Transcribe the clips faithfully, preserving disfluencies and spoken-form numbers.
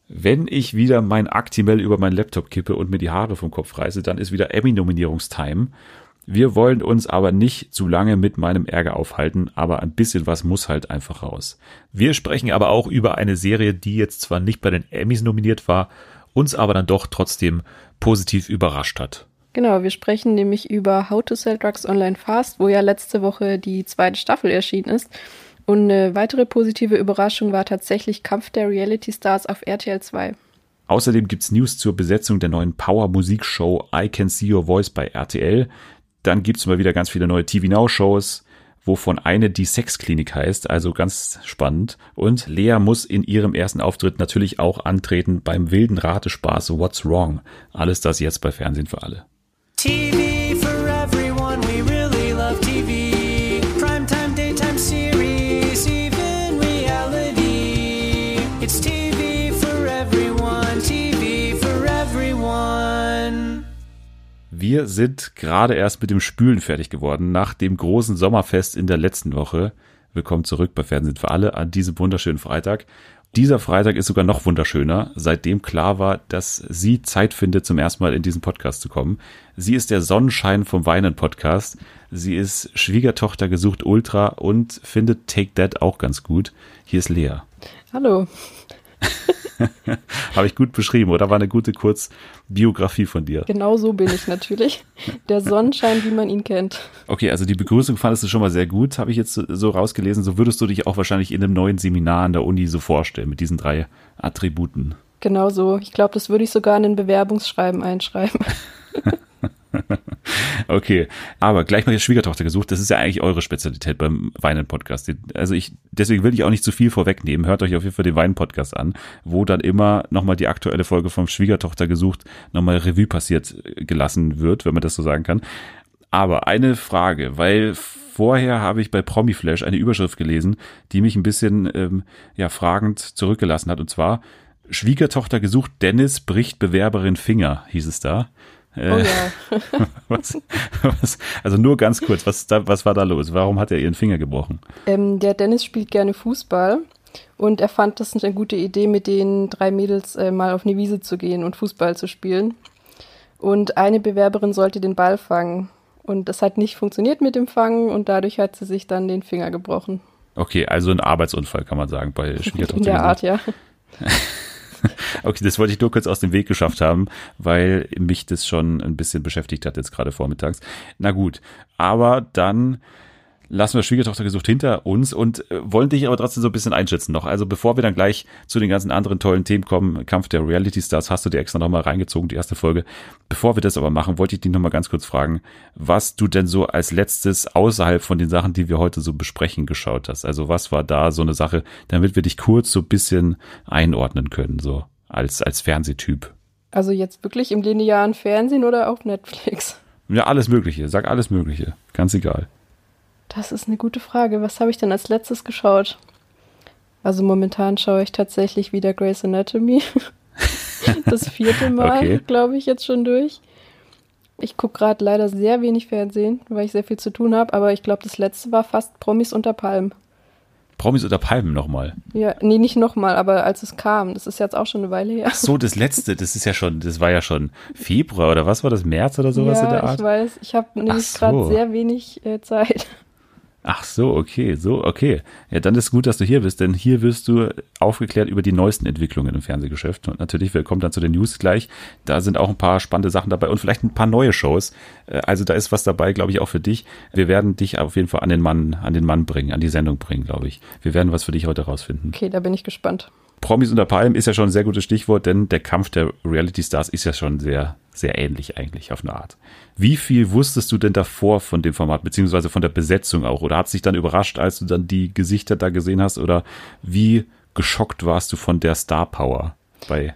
Wenn ich wieder mein Actimel über meinen Laptop kippe und mir die Haare vom Kopf reiße, dann ist wieder Emmy-Nominierungstime. Wir wollen uns aber nicht zu lange mit meinem Ärger aufhalten, aber ein bisschen was muss halt einfach raus. Wir sprechen aber auch über eine Serie, die jetzt zwar nicht bei den Emmys nominiert war, uns aber dann doch trotzdem positiv überrascht hat. Genau, wir sprechen nämlich über How to Sell Drugs Online Fast, wo ja letzte Woche die zweite Staffel erschienen ist. Und eine weitere positive Überraschung war tatsächlich Kampf der Reality Stars auf R T L zwei. Außerdem gibt's News zur Besetzung der neuen Power-Musik-Show I Can See Your Voice bei R T L. Dann gibt's mal wieder ganz viele neue T V Now-Shows, wovon eine die Sexklinik heißt, also ganz spannend. Und Lea muss in ihrem ersten Auftritt natürlich auch antreten beim wilden Ratespaß What's Wrong. Alles das jetzt bei Fernsehen für alle. T V for everyone, we really love T V. Primetime, daytime series, even reality. It's T V for everyone, T V for everyone. Wir sind gerade erst mit dem Spülen fertig geworden, nach dem großen Sommerfest in der letzten Woche. Willkommen zurück bei Fernsehen für alle an diesem wunderschönen Freitag. Dieser Freitag ist sogar noch wunderschöner, seitdem klar war, dass sie Zeit findet, zum ersten Mal in diesen Podcast zu kommen. Sie ist der Sonnenschein vom Weinen-Podcast. Sie ist Schwiegertochter gesucht Ultra und findet Take That auch ganz gut. Hier ist Lea. Hallo. Habe ich gut beschrieben, oder? War eine gute Kurzbiografie von dir. Genau so bin ich natürlich. Der Sonnenschein, wie man ihn kennt. Okay, also die Begrüßung fandest du schon mal sehr gut, habe ich jetzt so rausgelesen. So würdest du dich auch wahrscheinlich in einem neuen Seminar an der Uni so vorstellen, mit diesen drei Attributen. Genau so. Ich glaube, das würde ich sogar in ein Bewerbungsschreiben einschreiben. Okay, aber gleich mal die Schwiegertochter gesucht, das ist ja eigentlich eure Spezialität beim Weinen-Podcast. Also ich, deswegen will ich auch nicht zu viel vorwegnehmen. Hört euch auf jeden Fall den Weinen-Podcast an, wo dann immer nochmal die aktuelle Folge vom Schwiegertochter gesucht nochmal Revue passiert gelassen wird, wenn man das so sagen kann. Aber eine Frage, weil vorher habe ich bei Promiflash eine Überschrift gelesen, die mich ein bisschen ähm, ja fragend zurückgelassen hat, und zwar Schwiegertochter gesucht, Dennis bricht Bewerberin Finger, hieß es da. Oh ja. was, was, also nur ganz kurz, was, da, was war da los? Warum hat er ihren Finger gebrochen? Ähm, der Dennis spielt gerne Fußball und er fand das eine gute Idee, mit den drei Mädels äh, mal auf eine Wiese zu gehen und Fußball zu spielen. Und eine Bewerberin sollte den Ball fangen. Und das hat nicht funktioniert mit dem Fangen und dadurch hat sie sich dann den Finger gebrochen. Okay, also ein Arbeitsunfall kann man sagen bei Schwiegertochter. In der Art, ja. Okay, das wollte ich nur kurz aus dem Weg geschafft haben, weil mich das schon ein bisschen beschäftigt hat jetzt gerade vormittags. Na gut, aber dann lassen wir Schwiegertochter gesucht hinter uns und wollen dich aber trotzdem so ein bisschen einschätzen noch. Also bevor wir dann gleich zu den ganzen anderen tollen Themen kommen, Kampf der Reality Stars, hast du dir extra nochmal reingezogen, die erste Folge. Bevor wir das aber machen, wollte ich dich nochmal ganz kurz fragen, was du denn so als letztes außerhalb von den Sachen, die wir heute so besprechen, geschaut hast. Also was war da so eine Sache, damit wir dich kurz so ein bisschen einordnen können, so als, als Fernsehtyp. Also jetzt wirklich im linearen Fernsehen oder auf Netflix? Ja, alles Mögliche. Sag alles Mögliche. Ganz egal. Das ist eine gute Frage. Was habe ich denn als letztes geschaut? Also momentan schaue ich tatsächlich wieder Grey's Anatomy. Das vierte Mal, okay. Glaube ich, jetzt schon durch. Ich gucke gerade leider sehr wenig Fernsehen, weil ich sehr viel zu tun habe. Aber ich glaube, das letzte war fast Promis unter Palmen. Promis unter Palmen nochmal? Ja, nee, nicht nochmal, aber als es kam. Das ist jetzt auch schon eine Weile her. Ach so, das letzte, das ist ja schon, das war ja schon Februar oder was war das, März oder sowas ja, in der Art? Ja, ich weiß. Ich habe nämlich so. gerade sehr wenig äh, Zeit. Ach so, okay, so, okay. Ja, dann ist gut, dass du hier bist, denn hier wirst du aufgeklärt über die neuesten Entwicklungen im Fernsehgeschäft. Und natürlich, wir kommen dann zu den News gleich. Da sind auch ein paar spannende Sachen dabei und vielleicht ein paar neue Shows. Also da ist was dabei, glaube ich, auch für dich. Wir werden dich auf jeden Fall an den Mann, an den Mann bringen, an die Sendung bringen, glaube ich. Wir werden was für dich heute rausfinden. Okay, da bin ich gespannt. Promis unter Palmen ist ja schon ein sehr gutes Stichwort, denn der Kampf der Reality Stars ist ja schon sehr, sehr ähnlich eigentlich auf eine Art. Wie viel wusstest du denn davor von dem Format, beziehungsweise von der Besetzung auch? Oder hat es dich dann überrascht, als du dann die Gesichter da gesehen hast? Oder wie geschockt warst du von der Star Power bei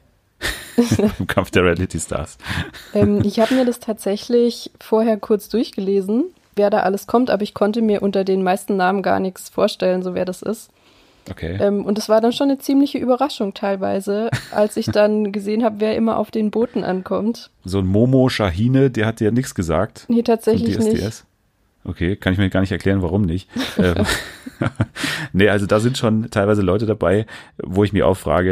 dem Kampf der Reality Stars? Ähm, ich habe mir das tatsächlich vorher kurz durchgelesen, wer da alles kommt, aber ich konnte mir unter den meisten Namen gar nichts vorstellen, so wer das ist. Okay. Ähm, und es war dann schon eine ziemliche Überraschung teilweise, als ich dann gesehen habe, wer immer auf den Booten ankommt. So ein Momo Shahine, der hat dir nichts gesagt? Nee, tatsächlich nicht. Okay, kann ich mir gar nicht erklären, warum nicht. ähm, nee, also da sind schon teilweise Leute dabei, wo ich mir auch frage,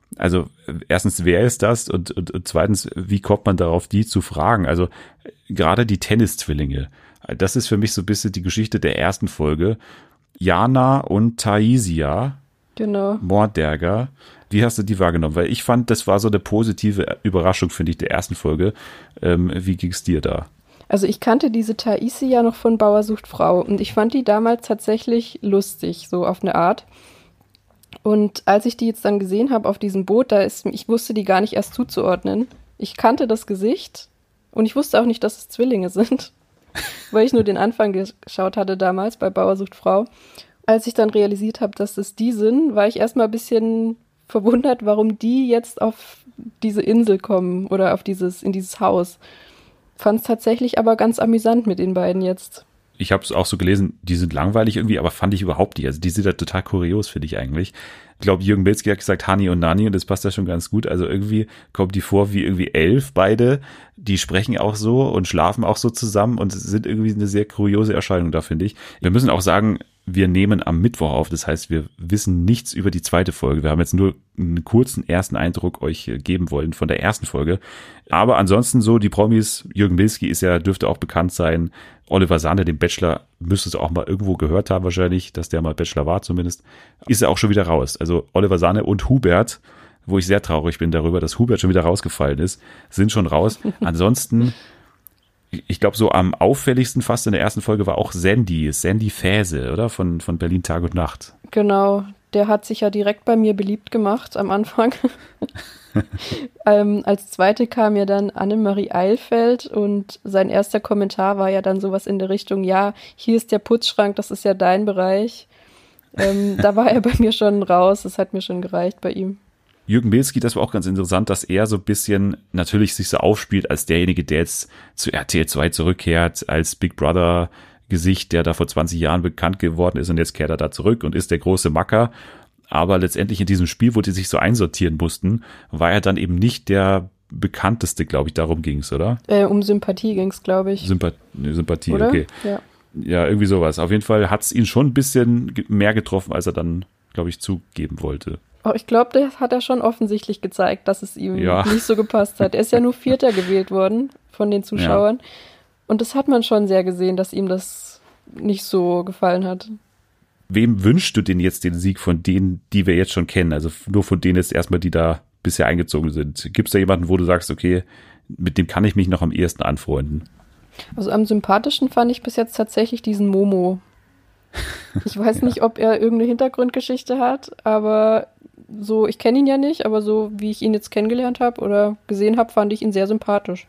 also erstens, wer ist das? Und, und, und zweitens, wie kommt man darauf, die zu fragen? Also gerade die Tennis-Zwillinge, das ist für mich so ein bisschen die Geschichte der ersten Folge. Jana und Taisia Genau. Morderger. Wie hast du die wahrgenommen? Weil ich fand, das war so eine positive Überraschung, finde ich, der ersten Folge. Ähm, wie ging es dir da? Also ich kannte diese Taisi ja noch von Bauer sucht Frau und ich fand die damals tatsächlich lustig, so auf eine Art. Und als ich die jetzt dann gesehen habe auf diesem Boot, da ist, ich wusste die gar nicht erst zuzuordnen. Ich kannte das Gesicht und ich wusste auch nicht, dass es Zwillinge sind, weil ich nur den Anfang geschaut hatte damals bei Bauer sucht Frau. Als ich dann realisiert habe, dass es die sind, war ich erstmal ein bisschen verwundert, warum die jetzt auf diese Insel kommen oder auf dieses, in dieses Haus. Fand es tatsächlich aber ganz amüsant mit den beiden jetzt. Ich habe es auch so gelesen, die sind langweilig irgendwie, aber fand ich überhaupt nicht. Also die sind ja total kurios, finde ich eigentlich. Ich glaube, Jürgen Milzki hat gesagt Hani und Nani und das passt ja schon ganz gut. Also irgendwie kommt die vor wie irgendwie elf beide. Die sprechen auch so und schlafen auch so zusammen und sind irgendwie eine sehr kuriose Erscheinung da, finde ich. Wir müssen auch sagen, wir nehmen am Mittwoch auf, das heißt, wir wissen nichts über die zweite Folge. Wir haben jetzt nur einen kurzen ersten Eindruck euch geben wollen von der ersten Folge. Aber ansonsten so, die Promis, Jürgen Milzki ist ja, dürfte auch bekannt sein. Oliver Sahne, den Bachelor, müsste es auch mal irgendwo gehört haben wahrscheinlich, dass der mal Bachelor war zumindest. Ist er auch schon wieder raus. Also Oliver Sahne und Hubert, wo ich sehr traurig bin darüber, dass Hubert schon wieder rausgefallen ist, sind schon raus. Ansonsten, ich glaube, so am auffälligsten fast in der ersten Folge war auch Sandy, Sandy Fäse, oder? Von, von Berlin Tag und Nacht. Genau, der hat sich ja direkt bei mir beliebt gemacht am Anfang. ähm, als zweite kam ja dann Annemarie Eilfeld und sein erster Kommentar war ja dann sowas in der Richtung, ja, hier ist der Putzschrank, das ist ja dein Bereich. Ähm, da war er bei mir schon raus, das hat mir schon gereicht bei ihm. Jürgen Milzki, das war auch ganz interessant, dass er so ein bisschen natürlich sich so aufspielt als derjenige, der jetzt zu R T L zwei zurückkehrt, als Big Brother Gesicht, der da vor zwanzig Jahren bekannt geworden ist und jetzt kehrt er da zurück und ist der große Macker. Aber letztendlich in diesem Spiel, wo die sich so einsortieren mussten, war er dann eben nicht der bekannteste, glaube ich, darum ging es, oder? Äh, um Sympathie ging es, glaube ich. Sympa- Sympathie, oder? Okay. Ja. Ja, irgendwie sowas. Auf jeden Fall hat es ihn schon ein bisschen mehr getroffen, als er dann, glaube ich, zugeben wollte. Oh, ich glaube, das hat er schon offensichtlich gezeigt, dass es ihm ja. nicht so gepasst hat. Er ist ja nur Vierter gewählt worden von den Zuschauern. Ja. Und das hat man schon sehr gesehen, dass ihm das nicht so gefallen hat. Wem wünschst du denn jetzt den Sieg von denen, die wir jetzt schon kennen? Also nur von denen jetzt erstmal, die da bisher eingezogen sind. Gibt es da jemanden, wo du sagst, okay, mit dem kann ich mich noch am ehesten anfreunden? Also am sympathischen fand ich bis jetzt tatsächlich diesen Momo. Ich weiß ja. nicht, ob er irgendeine Hintergrundgeschichte hat, aber so, ich kenne ihn ja nicht, aber so wie ich ihn jetzt kennengelernt habe oder gesehen habe, fand ich ihn sehr sympathisch.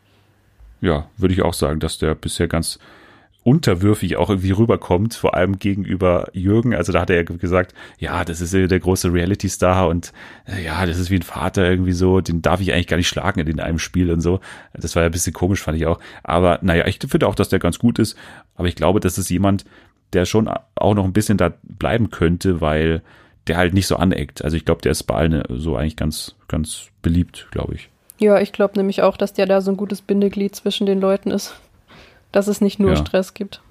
Ja, würde ich auch sagen, dass der bisher ganz unterwürfig auch irgendwie rüberkommt, vor allem gegenüber Jürgen. Also da hat er ja gesagt, ja, das ist der große Reality-Star und ja, das ist wie ein Vater irgendwie so, den darf ich eigentlich gar nicht schlagen in einem Spiel und so. Das war ja ein bisschen komisch, fand ich auch. Aber naja, ich finde auch, dass der ganz gut ist. Aber ich glaube, das ist jemand, der schon auch noch ein bisschen da bleiben könnte, weil der halt nicht so aneckt. Also ich glaube, der ist bei allen so eigentlich ganz, ganz beliebt, glaube ich. Ja, ich glaube nämlich auch, dass der da so ein gutes Bindeglied zwischen den Leuten ist. Dass es nicht nur ja. Stress gibt.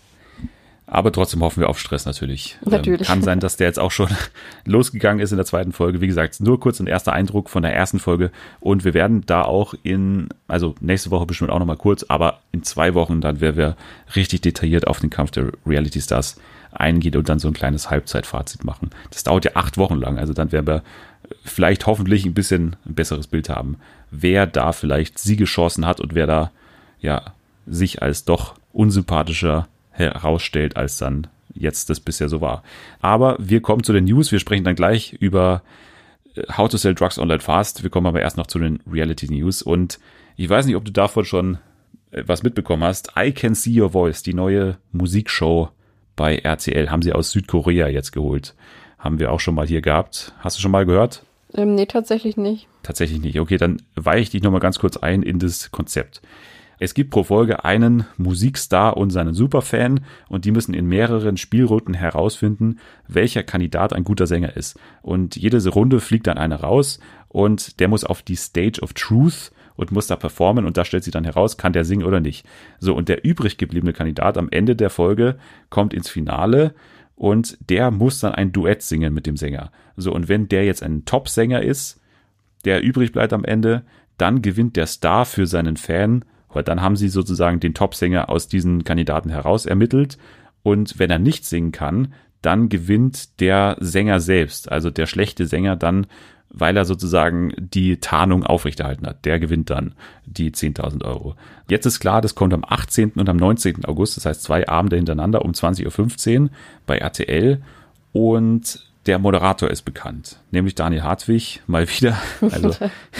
Aber trotzdem hoffen wir auf Stress natürlich. Natürlich. Ähm, kann sein, dass der jetzt auch schon losgegangen ist in der zweiten Folge. Wie gesagt, nur kurz ein erster Eindruck von der ersten Folge. Und wir werden da auch in, also nächste Woche bestimmt auch nochmal kurz, aber in zwei Wochen dann werden wir richtig detailliert auf den Kampf der Reality Stars eingehen und dann so ein kleines Halbzeitfazit machen. Das dauert ja acht Wochen lang. Also dann werden wir vielleicht hoffentlich ein bisschen ein besseres Bild haben, wer da vielleicht Siegeschancen hat und wer da, ja, sich als doch unsympathischer herausstellt, als dann jetzt das bisher so war. Aber wir kommen zu den News. Wir sprechen dann gleich über How to Sell Drugs Online Fast. Wir kommen aber erst noch zu den Reality News. Und ich weiß nicht, ob du davon schon was mitbekommen hast. I Can See Your Voice, die neue Musikshow bei R T L, haben sie aus Südkorea jetzt geholt. Haben wir auch schon mal hier gehabt. Hast du schon mal gehört? Ähm, nee, tatsächlich nicht. Tatsächlich nicht. Okay, dann weiche ich dich nochmal ganz kurz ein in das Konzept. Es gibt pro Folge einen Musikstar und seinen Superfan und die müssen in mehreren Spielrunden herausfinden, welcher Kandidat ein guter Sänger ist. Und jede Runde fliegt dann einer raus und der muss auf die Stage of Truth und muss da performen und da stellt sich dann heraus, kann der singen oder nicht. So, und der übrig gebliebene Kandidat am Ende der Folge kommt ins Finale und der muss dann ein Duett singen mit dem Sänger. So, und wenn der jetzt ein Top-Sänger ist, der übrig bleibt am Ende, dann gewinnt der Star für seinen Fan, oder dann haben sie sozusagen den Top-Sänger aus diesen Kandidaten heraus ermittelt, und wenn er nicht singen kann, dann gewinnt der Sänger selbst, also der schlechte Sänger dann, weil er sozusagen die Tarnung aufrechterhalten hat. Der gewinnt dann die zehntausend Euro. Jetzt ist klar, das kommt am achtzehnten und am neunzehnten August, das heißt zwei Abende hintereinander um zwanzig Uhr fünfzehn bei R T L, und der Moderator ist bekannt, nämlich Daniel Hartwig, mal wieder. Also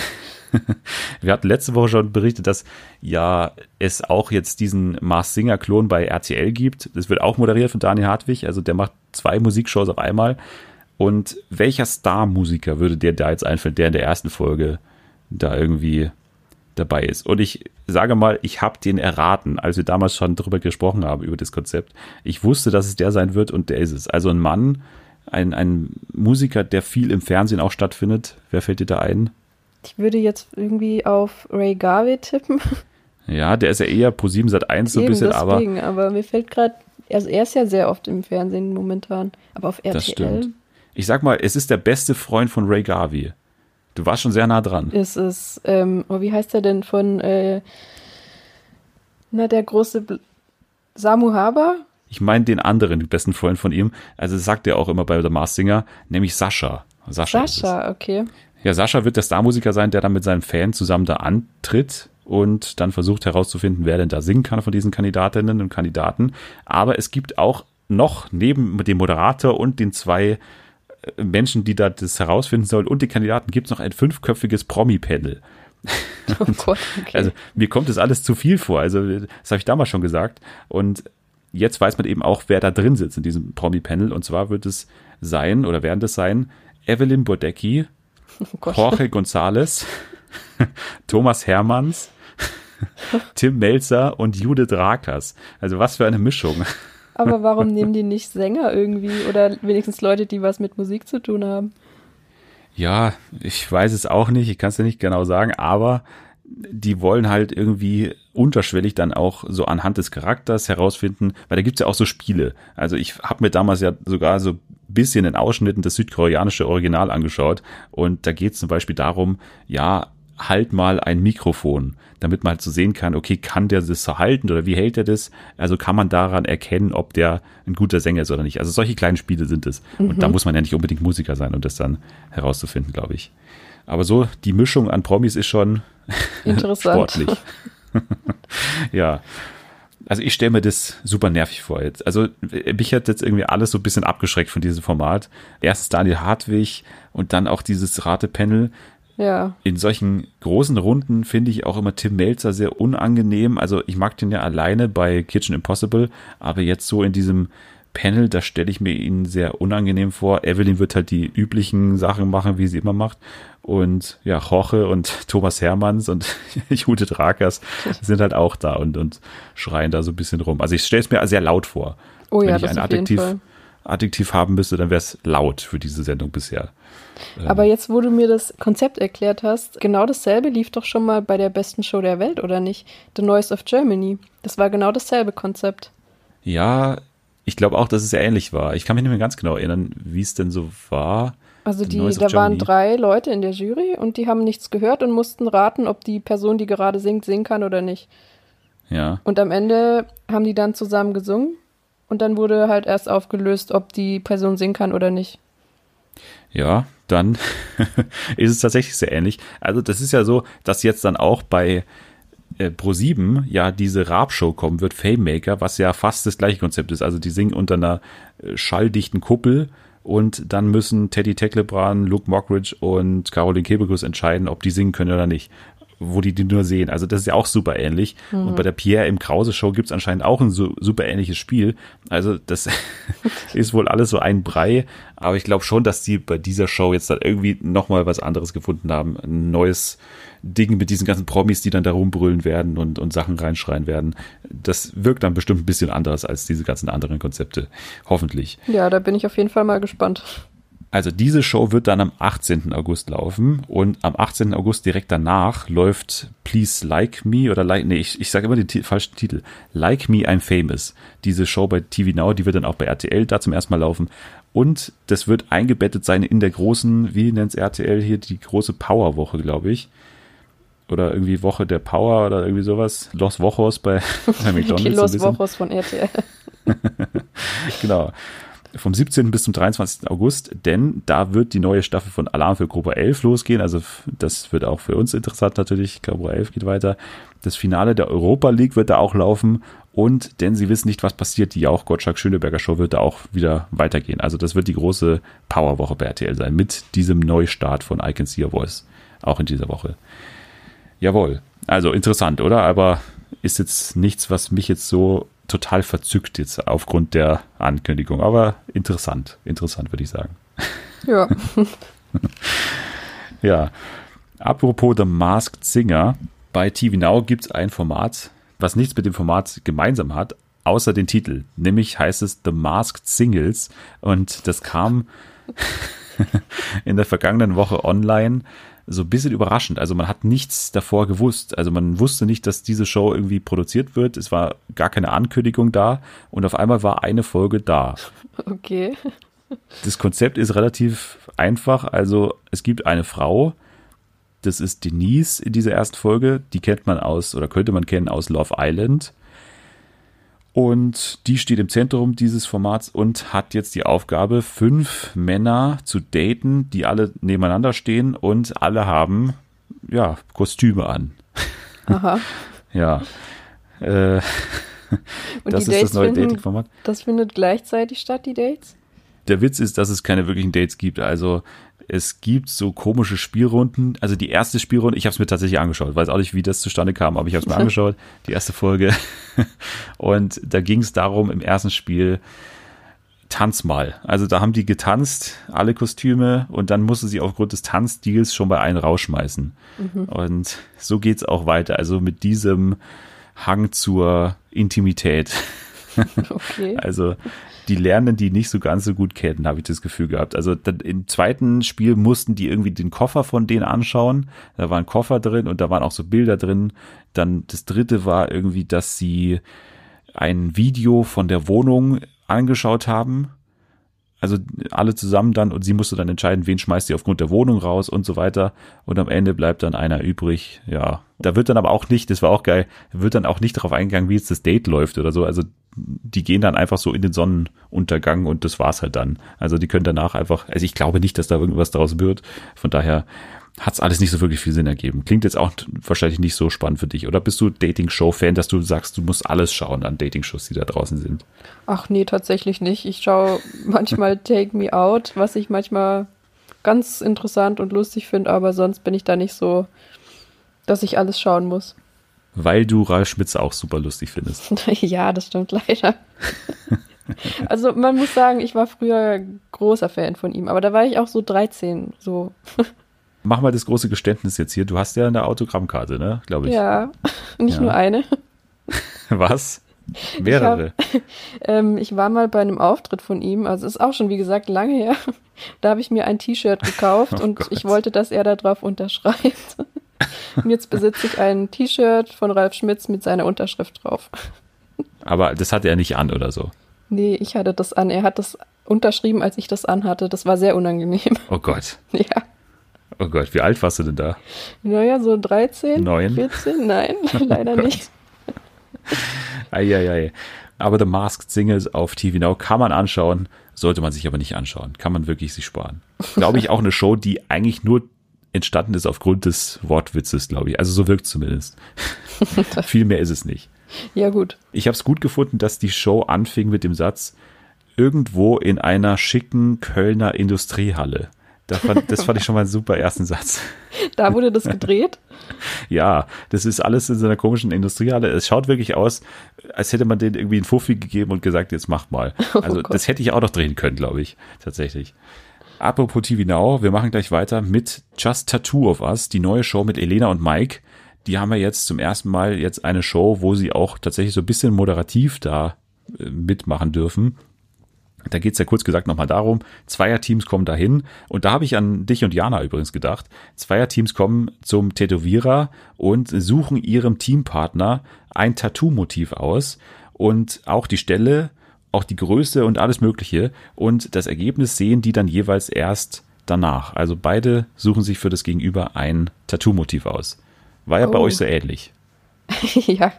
wir hatten letzte Woche schon berichtet, dass ja es auch jetzt diesen Mars Singer Klon bei R T L gibt. Das wird auch moderiert von Daniel Hartwig, also der macht zwei Musikshows auf einmal. Und welcher Star-Musiker würde dir da jetzt einfallen, der in der ersten Folge da irgendwie dabei ist? Und ich sage mal, ich habe den erraten, als wir damals schon darüber gesprochen haben, über das Konzept. Ich wusste, dass es der sein wird, und der ist es. Also ein Mann, ein, ein Musiker, der viel im Fernsehen auch stattfindet. Wer fällt dir da ein? Ich würde jetzt irgendwie auf Ray Garvey tippen. Ja, der ist ja eher Pro sieben Sat eins so ein bisschen, deswegen, aber... aber mir fällt gerade, also er ist ja sehr oft im Fernsehen momentan, aber auf R T L... Das stimmt. Ich sag mal, es ist der beste Freund von Ray Garvey. Du warst schon sehr nah dran. Es ist, ähm, oh, wie heißt der denn von, äh, na, der große Bl- Samu Haber? Ich meine den anderen, den besten Freund von ihm. Also das sagt er auch immer bei The Masked Singer, nämlich Sascha. Sascha, Sascha, okay. Ja, Sascha wird der Starmusiker sein, der dann mit seinem Fan zusammen da antritt und dann versucht herauszufinden, wer denn da singen kann von diesen Kandidatinnen und Kandidaten. Aber es gibt auch noch neben dem Moderator und den zwei Menschen, die da das herausfinden sollen, und die Kandidaten, gibt es noch ein fünfköpfiges Promi-Panel. Oh Gott, okay. Also mir kommt das alles zu viel vor. Also das habe ich damals schon gesagt. Und jetzt weiß man eben auch, wer da drin sitzt in diesem Promi-Panel. Und zwar wird es sein, oder werden das sein, Evelyn Bodecki, oh Jorge González, Thomas Hermanns, Tim Melzer und Judith Rakers. Also was für eine Mischung. Aber warum nehmen die nicht Sänger irgendwie oder wenigstens Leute, die was mit Musik zu tun haben? Ja, ich weiß es auch nicht, ich kann es ja nicht genau sagen, aber die wollen halt irgendwie unterschwellig dann auch so anhand des Charakters herausfinden, weil da gibt's ja auch so Spiele. Also ich habe mir damals ja sogar so ein bisschen in Ausschnitten das südkoreanische Original angeschaut, und da geht's zum Beispiel darum, ja, halt mal ein Mikrofon, damit man halt so sehen kann, okay, kann der das so halten oder wie hält er das? Also kann man daran erkennen, ob der ein guter Sänger ist oder nicht. Also solche kleinen Spiele sind es. Mhm. Und da muss man ja nicht unbedingt Musiker sein, um das dann herauszufinden, glaube ich. Aber so, die Mischung an Promis ist schon interessant. Sportlich. Ja. Also ich stelle mir das super nervig vor jetzt. Also mich hat jetzt irgendwie alles so ein bisschen abgeschreckt von diesem Format. Erst Daniel Hartwig und dann auch dieses Ratepanel. Ja. In solchen großen Runden finde ich auch immer Tim Melzer sehr unangenehm. Also ich mag den ja alleine bei Kitchen Impossible, aber jetzt so in diesem Panel, da stelle ich mir ihn sehr unangenehm vor. Evelyn wird halt die üblichen Sachen machen, wie sie immer macht. Und ja, Jorge und Thomas Hermanns und Judith Rakers sind halt auch da und, und schreien da so ein bisschen rum. Also ich stelle es mir sehr laut vor. Oh ja, Wenn ich das ein auf Adjektiv, jeden Fall. Adjektiv haben müsste, dann wäre es laut für diese Sendung bisher. Aber jetzt, wo du mir das Konzept erklärt hast, genau dasselbe lief doch schon mal bei der besten Show der Welt, oder nicht? The Noise of Germany. Das war genau dasselbe Konzept. Ja, ich glaube auch, dass es sehr ähnlich war. Ich kann mich nicht mehr ganz genau erinnern, wie es denn so war. Also die, da waren drei Leute in der Jury und die haben nichts gehört und mussten raten, ob die Person, die gerade singt, singen kann oder nicht. Ja. Und am Ende haben die dann zusammen gesungen und dann wurde halt erst aufgelöst, ob die Person singen kann oder nicht. Ja, dann ist es tatsächlich sehr ähnlich. Also das ist ja so, dass jetzt dann auch bei äh, Pro sieben ja diese Rap-Show kommen wird, Fame Maker, was ja fast das gleiche Konzept ist. Also die singen unter einer äh, schalldichten Kuppel und dann müssen Teddy Tecklebrand, Luke Mockridge und Caroline Kebekus entscheiden, ob die singen können oder nicht, wo die die nur sehen. Also das ist ja auch super ähnlich. Mhm. Und bei der Pierre M. Krause Show gibt es anscheinend auch ein so, super ähnliches Spiel. Also das ist wohl alles so ein Brei. Aber ich glaube schon, dass die bei dieser Show jetzt dann irgendwie nochmal was anderes gefunden haben. Ein neues Ding mit diesen ganzen Promis, die dann da rumbrüllen werden und, und Sachen reinschreien werden. Das wirkt dann bestimmt ein bisschen anders als diese ganzen anderen Konzepte. Hoffentlich. Ja, da bin ich auf jeden Fall mal gespannt. Also diese Show wird dann am achtzehnten August laufen und am achtzehnten August direkt danach läuft Please Like Me oder Like, nee, ich, ich sage immer den t- falschen Titel. Like Me, I'm Famous. Diese Show bei T V Now, die wird dann auch bei R T L da zum ersten Mal laufen. Und das wird eingebettet sein in der großen, wie nennt's R T L hier, die große Power-Woche, glaube ich. Oder irgendwie Woche der Power oder irgendwie sowas. Los Wochos bei, bei McDonald's. Die Los Wochos von R T L. Genau. Vom siebzehnten bis zum dreiundzwanzigsten August, denn da wird die neue Staffel von Alarm für Cobra elf losgehen. Also das wird auch für uns interessant natürlich. Cobra elf geht weiter. Das Finale der Europa League wird da auch laufen. Und denn sie wissen nicht, was passiert, die Jauch Gottschalk-Schöneberger Show wird da auch wieder weitergehen. Also das wird die große Powerwoche bei R T L sein mit diesem Neustart von I Can See Your Voice. Auch in dieser Woche. Jawohl. Also interessant, oder? Aber ist jetzt nichts, was mich jetzt so total verzückt jetzt aufgrund der Ankündigung. Aber interessant. Interessant, würde ich sagen. Ja. Ja. Apropos The Masked Singer. Bei T V Now gibt es ein Format, was nichts mit dem Format gemeinsam hat, außer den Titel. Nämlich heißt es The Masked Singles. Und das kam in der vergangenen Woche online so ein bisschen überraschend. Also man hat nichts davor gewusst. Also man wusste nicht, dass diese Show irgendwie produziert wird. Es war gar keine Ankündigung da. Und auf einmal war eine Folge da. Okay. Das Konzept ist relativ einfach. Also es gibt eine Frau, das ist Denise in dieser ersten Folge. Die kennt man aus, oder könnte man kennen aus Love Island. Und die steht im Zentrum dieses Formats und hat jetzt die Aufgabe, fünf Männer zu daten, die alle nebeneinander stehen und alle haben, ja, Kostüme an. Aha. Ja. Äh, und das die ist Dates das neue finden, Dating-Format. Das findet gleichzeitig statt, die Dates? Der Witz ist, dass es keine wirklichen Dates gibt. Also es gibt so komische Spielrunden. Also die erste Spielrunde, ich habe es mir tatsächlich angeschaut. Weiß auch nicht, wie das zustande kam, aber ich habe es mir angeschaut. Die erste Folge. Und da ging es darum, im ersten Spiel, tanz mal. Also da haben die getanzt, alle Kostüme. Und dann musste sie aufgrund des Tanzdeals schon bei allen rausschmeißen. Mhm. Und so geht's auch weiter. Also mit diesem Hang zur Intimität. Okay. Also die lernen die nicht so ganz so gut kennen, habe ich das Gefühl gehabt. Also dann im zweiten Spiel mussten die irgendwie den Koffer von denen anschauen. Da war ein Koffer drin und da waren auch so Bilder drin. Dann das dritte war irgendwie, dass sie ein Video von der Wohnung angeschaut haben. Also alle zusammen dann und sie musste dann entscheiden, wen schmeißt sie aufgrund der Wohnung raus und so weiter. Und am Ende bleibt dann einer übrig. Ja, da wird dann aber auch nicht, das war auch geil, wird dann auch nicht darauf eingegangen, wie jetzt das Date läuft oder so. Also die gehen dann einfach so in den Sonnenuntergang und das war's halt dann. Also die können danach einfach, also ich glaube nicht, dass da irgendwas draus wird. Von daher hat's alles nicht so wirklich viel Sinn ergeben. Klingt jetzt auch wahrscheinlich nicht so spannend für dich. Oder bist du Dating-Show-Fan, dass du sagst, du musst alles schauen an Dating-Shows, die da draußen sind? Ach nee, tatsächlich nicht. Ich schaue manchmal Take Me Out, was ich manchmal ganz interessant und lustig finde, aber sonst bin ich da nicht so, dass ich alles schauen muss. Weil du Ralf Schmitzer auch super lustig findest. Ja, das stimmt leider. Also man muss sagen, ich war früher großer Fan von ihm, aber da war ich auch so dreizehn, so. Mach mal das große Geständnis jetzt hier. Du hast ja eine Autogrammkarte, ne? Glaube ich. Ja, nicht ja. nur eine. Was? Mehrere? Ich, hab, ähm, ich war mal bei einem Auftritt von ihm, also ist auch schon, wie gesagt, lange her. Da habe ich mir ein T-Shirt gekauft oh und Gott. Ich wollte, dass er da drauf unterschreibt. Und jetzt besitze ich ein T-Shirt von Ralf Schmitz mit seiner Unterschrift drauf. Aber das hatte er nicht an oder so? Nee, ich hatte das an. Er hat das unterschrieben, als ich das anhatte. Das war sehr unangenehm. Oh Gott. Ja. Oh Gott, wie alt warst du denn da? Naja, so dreizehn, Neun? vierzehn? Nein, leider oh nicht. Eieiei. Aber The Masked Singles auf T V Now kann man anschauen, sollte man sich aber nicht anschauen. Kann man wirklich sich sparen. Glaube ich auch eine Show, die eigentlich nur entstanden ist aufgrund des Wortwitzes, glaube ich. Also so wirkt es zumindest. Viel mehr ist es nicht. Ja, gut. Ich habe es gut gefunden, dass die Show anfing mit dem Satz, irgendwo in einer schicken Kölner Industriehalle. Das fand, das fand ich schon mal einen super ersten Satz. Da wurde das gedreht? Ja, das ist alles in so einer komischen Industriehalle. Es schaut wirklich aus, als hätte man denen irgendwie einen Fuffi gegeben und gesagt, jetzt mach mal. Also oh das hätte ich auch noch drehen können, glaube ich, tatsächlich. Apropos T V Now, wir machen gleich weiter mit Just Tattoo of Us, die neue Show mit Elena und Mike. Die haben ja jetzt zum ersten Mal jetzt eine Show, wo sie auch tatsächlich so ein bisschen moderativ da äh, mitmachen dürfen. Da geht es ja kurz gesagt nochmal darum, Zweierteams kommen dahin und da habe ich an dich und Jana übrigens gedacht. Zweierteams kommen zum Tätowierer und suchen ihrem Teampartner ein Tattoo-Motiv aus und auch die Stelle, auch die Größe und alles Mögliche und das Ergebnis sehen die dann jeweils erst danach. Also beide suchen sich für das Gegenüber ein Tattoo-Motiv aus. War ja oh. bei euch so ähnlich. Ja.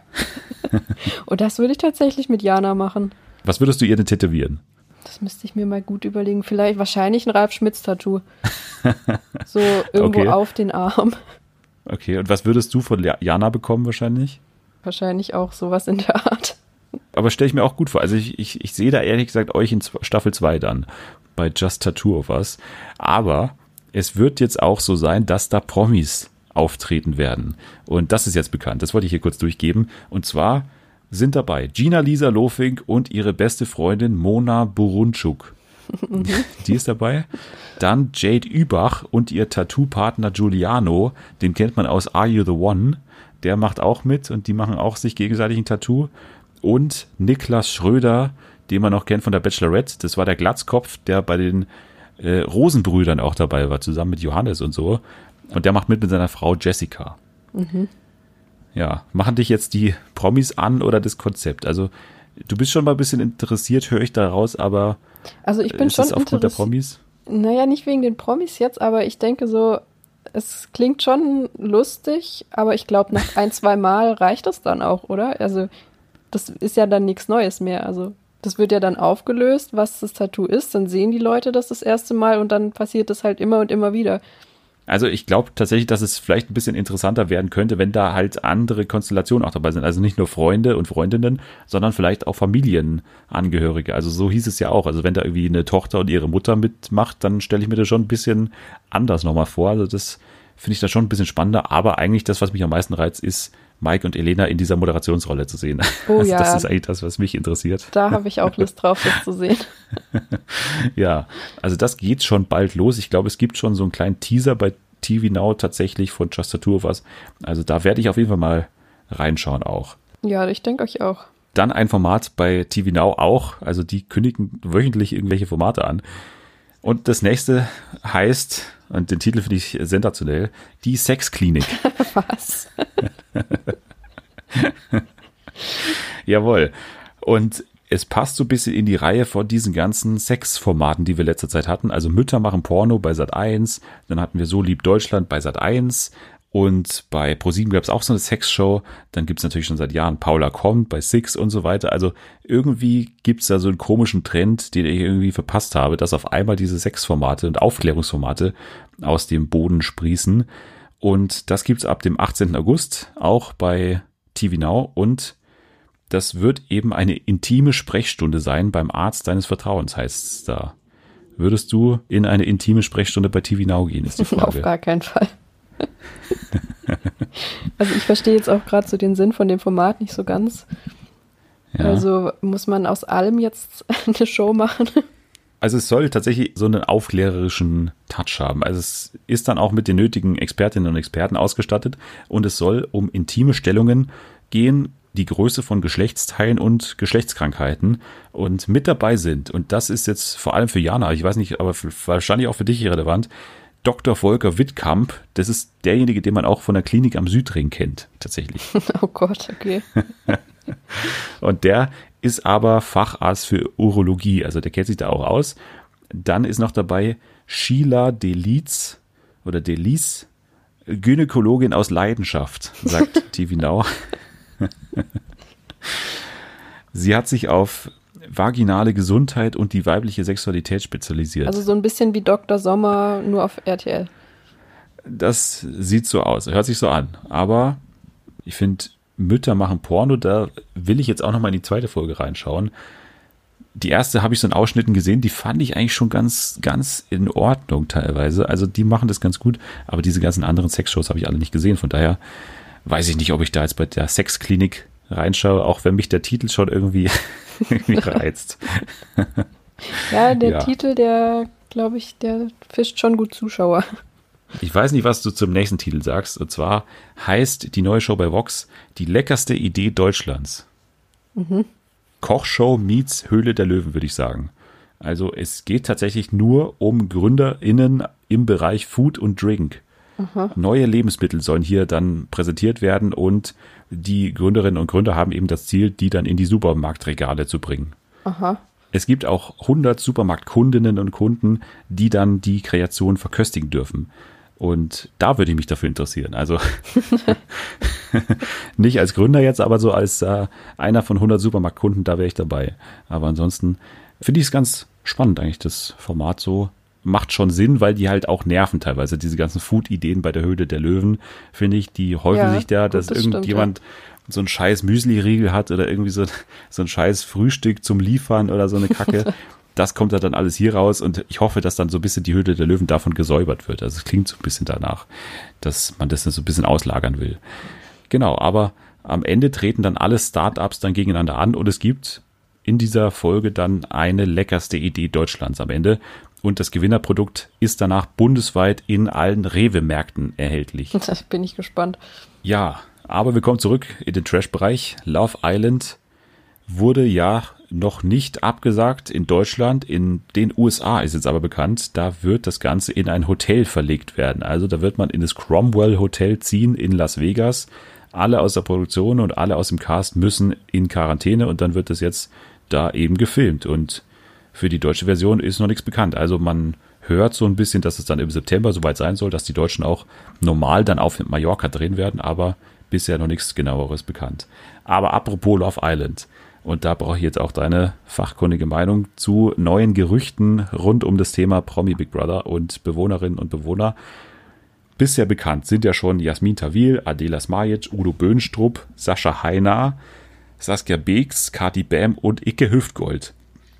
Und das würde ich tatsächlich mit Jana machen. Was würdest du ihr denn tätowieren? Das müsste ich mir mal gut überlegen. Vielleicht wahrscheinlich ein Ralf Schmitz-Tattoo. So irgendwo okay. auf den Arm. Okay, und was würdest du von Jana bekommen wahrscheinlich? Wahrscheinlich auch sowas in der Art. Aber stelle ich mir auch gut vor. Also ich, ich, ich sehe da ehrlich gesagt euch in Staffel zwei dann bei Just Tattoo of Us. Aber es wird jetzt auch so sein, dass da Promis auftreten werden. Und das ist jetzt bekannt. Das wollte ich hier kurz durchgeben. Und zwar sind dabei Gina-Lisa Lofink und ihre beste Freundin Mona Burunczuk. Mhm. Die ist dabei. Dann Jade Übach und ihr Tattoo-Partner Giuliano. Den kennt man aus Are You the One? Der macht auch mit und die machen auch sich gegenseitig ein Tattoo. Und Niklas Schröder, den man noch kennt von der Bachelorette. Das war der Glatzkopf, der bei den äh, Rosenbrüdern auch dabei war, zusammen mit Johannes und so. Und der macht mit mit seiner Frau Jessica. Mhm. Ja, machen dich jetzt die Promis an oder das Konzept? Also du bist schon mal ein bisschen interessiert, höre ich da raus, aber also ich bin ist schon es aufgrund der Promis? Naja, nicht wegen den Promis jetzt, aber ich denke so, es klingt schon lustig, aber ich glaube, nach ein, zwei Mal reicht das dann auch, oder? Also das ist ja dann nichts Neues mehr. Also das wird ja dann aufgelöst, was das Tattoo ist, dann sehen die Leute das das erste Mal und dann passiert das halt immer und immer wieder. Also ich glaube tatsächlich, dass es vielleicht ein bisschen interessanter werden könnte, wenn da halt andere Konstellationen auch dabei sind. Also nicht nur Freunde und Freundinnen, sondern vielleicht auch Familienangehörige. Also so hieß es ja auch. Also wenn da irgendwie eine Tochter und ihre Mutter mitmacht, dann stelle ich mir das schon ein bisschen anders nochmal vor. Also das finde ich da schon ein bisschen spannender. Aber eigentlich das, was mich am meisten reizt, ist Mike und Elena in dieser Moderationsrolle zu sehen. Oh also ja. Das ist eigentlich das, was mich interessiert. Da habe ich auch Lust drauf, das zu sehen. Ja, also das geht schon bald los. Ich glaube, es gibt schon so einen kleinen Teaser bei T V Now tatsächlich von Just Tattoo of Us. Also da werde ich auf jeden Fall mal reinschauen auch. Ja, ich denke euch auch. Dann ein Format bei T V Now auch. Also die kündigen wöchentlich irgendwelche Formate an. Und das nächste heißt, und den Titel finde ich sensationell, die Sexklinik. Was? Jawohl. Und es passt so ein bisschen in die Reihe von diesen ganzen Sexformaten, die wir letzter Zeit hatten. Also Mütter machen Porno bei Sat eins, dann hatten wir So lieb Deutschland bei Sat eins und bei ProSieben gab es auch so eine Sexshow. Dann gibt es natürlich schon seit Jahren Paula kommt bei Six und so weiter. Also irgendwie gibt es da so einen komischen Trend, den ich irgendwie verpasst habe, dass auf einmal diese Sexformate und Aufklärungsformate aus dem Boden sprießen. Und das gibt's ab dem achtzehnten August auch bei T V Now und das wird eben eine intime Sprechstunde sein beim Arzt deines Vertrauens, heißt es da. Würdest du in eine intime Sprechstunde bei T V Now gehen, ist die Frage. Auf gar keinen Fall. Also ich verstehe jetzt auch gerade so den Sinn von dem Format nicht so ganz. Ja. Also muss man aus allem jetzt eine Show machen? Also es soll tatsächlich so einen aufklärerischen Touch haben. Also es ist dann auch mit den nötigen Expertinnen und Experten ausgestattet und es soll um intime Stellungen gehen, die Größe von Geschlechtsteilen und Geschlechtskrankheiten und mit dabei sind. Und das ist jetzt vor allem für Jana, ich weiß nicht, aber wahrscheinlich auch für dich relevant, Doktor Volker Wittkamp, das ist derjenige, den man auch von der Klinik am Südring kennt, tatsächlich. Oh Gott, okay. Und der ist aber Facharzt für Urologie, also der kennt sich da auch aus. Dann ist noch dabei Sheila Deliz oder Deliz, Gynäkologin aus Leidenschaft, sagt T V Now. Sie hat sich auf vaginale Gesundheit und die weibliche Sexualität spezialisiert. Also so ein bisschen wie Doktor Sommer, nur auf R T L. Das sieht so aus, hört sich so an. Aber ich finde, Mütter machen Porno, da will ich jetzt auch nochmal in die zweite Folge reinschauen. Die erste habe ich so in Ausschnitten gesehen, die fand ich eigentlich schon ganz, ganz in Ordnung teilweise. Also die machen das ganz gut, aber diese ganzen anderen Sexshows habe ich alle nicht gesehen. Von daher weiß ich nicht, ob ich da jetzt bei der Sexklinik reinschaue, auch wenn mich der Titel schon irgendwie, irgendwie reizt. Ja, der ja. Titel, der, glaube ich, der fischt schon gut Zuschauer. Ich weiß nicht, was du zum nächsten Titel sagst. Und zwar heißt die neue Show bei Vox die leckerste Idee Deutschlands. Mhm. Kochshow meets Höhle der Löwen, würde ich sagen. Also es geht tatsächlich nur um GründerInnen im Bereich Food und Drink. Aha. Neue Lebensmittel sollen hier dann präsentiert werden und die Gründerinnen und Gründer haben eben das Ziel, die dann in die Supermarktregale zu bringen. Aha. Es gibt auch hundert Supermarktkundinnen und Kunden, die dann die Kreation verköstigen dürfen. Und da würde ich mich dafür interessieren. Also nicht als Gründer jetzt, aber so als äh, einer von hundert Supermarktkunden, da wäre ich dabei. Aber ansonsten finde ich es ganz spannend eigentlich, das Format so. Macht schon Sinn, weil die halt auch nerven teilweise. Diese ganzen Food-Ideen bei der Höhle der Löwen, finde ich, die häufen ja, sich da, gut, dass das irgendjemand stimmt, ja. so ein scheiß Müsli-Riegel hat oder irgendwie so, so ein scheiß Frühstück zum Liefern oder so eine Kacke. Das kommt da dann alles hier raus und ich hoffe, dass dann so ein bisschen die Höhle der Löwen davon gesäubert wird. Also es klingt so ein bisschen danach, dass man das so ein bisschen auslagern will. Genau, aber am Ende treten dann alle Startups dann gegeneinander an und es gibt in dieser Folge dann eine leckerste Idee Deutschlands am Ende. Und das Gewinnerprodukt ist danach bundesweit in allen Rewe-Märkten erhältlich. Da bin ich gespannt. Ja, aber wir kommen zurück in den Trash-Bereich. Love Island wurde ja noch nicht abgesagt in Deutschland. In den U S A ist jetzt aber bekannt, da wird das Ganze in ein Hotel verlegt werden. Also da wird man in das Cromwell Hotel ziehen in Las Vegas. Alle aus der Produktion und alle aus dem Cast müssen in Quarantäne und dann wird das jetzt da eben gefilmt. Und für die deutsche Version ist noch nichts bekannt. Also man hört so ein bisschen, dass es dann im September soweit sein soll, dass die Deutschen auch normal dann auf Mallorca drehen werden, aber bisher noch nichts Genaueres bekannt. Aber apropos Love Island, und da brauche ich jetzt auch deine fachkundige Meinung zu neuen Gerüchten rund um das Thema Promi Big Brother und Bewohnerinnen und Bewohner. Bisher bekannt sind ja schon Jasmin Tawil, Adela Smajic, Udo Böhnstrup, Sascha Heiner, Saskia Beeks, Kati Bam und Icke Hüftgold.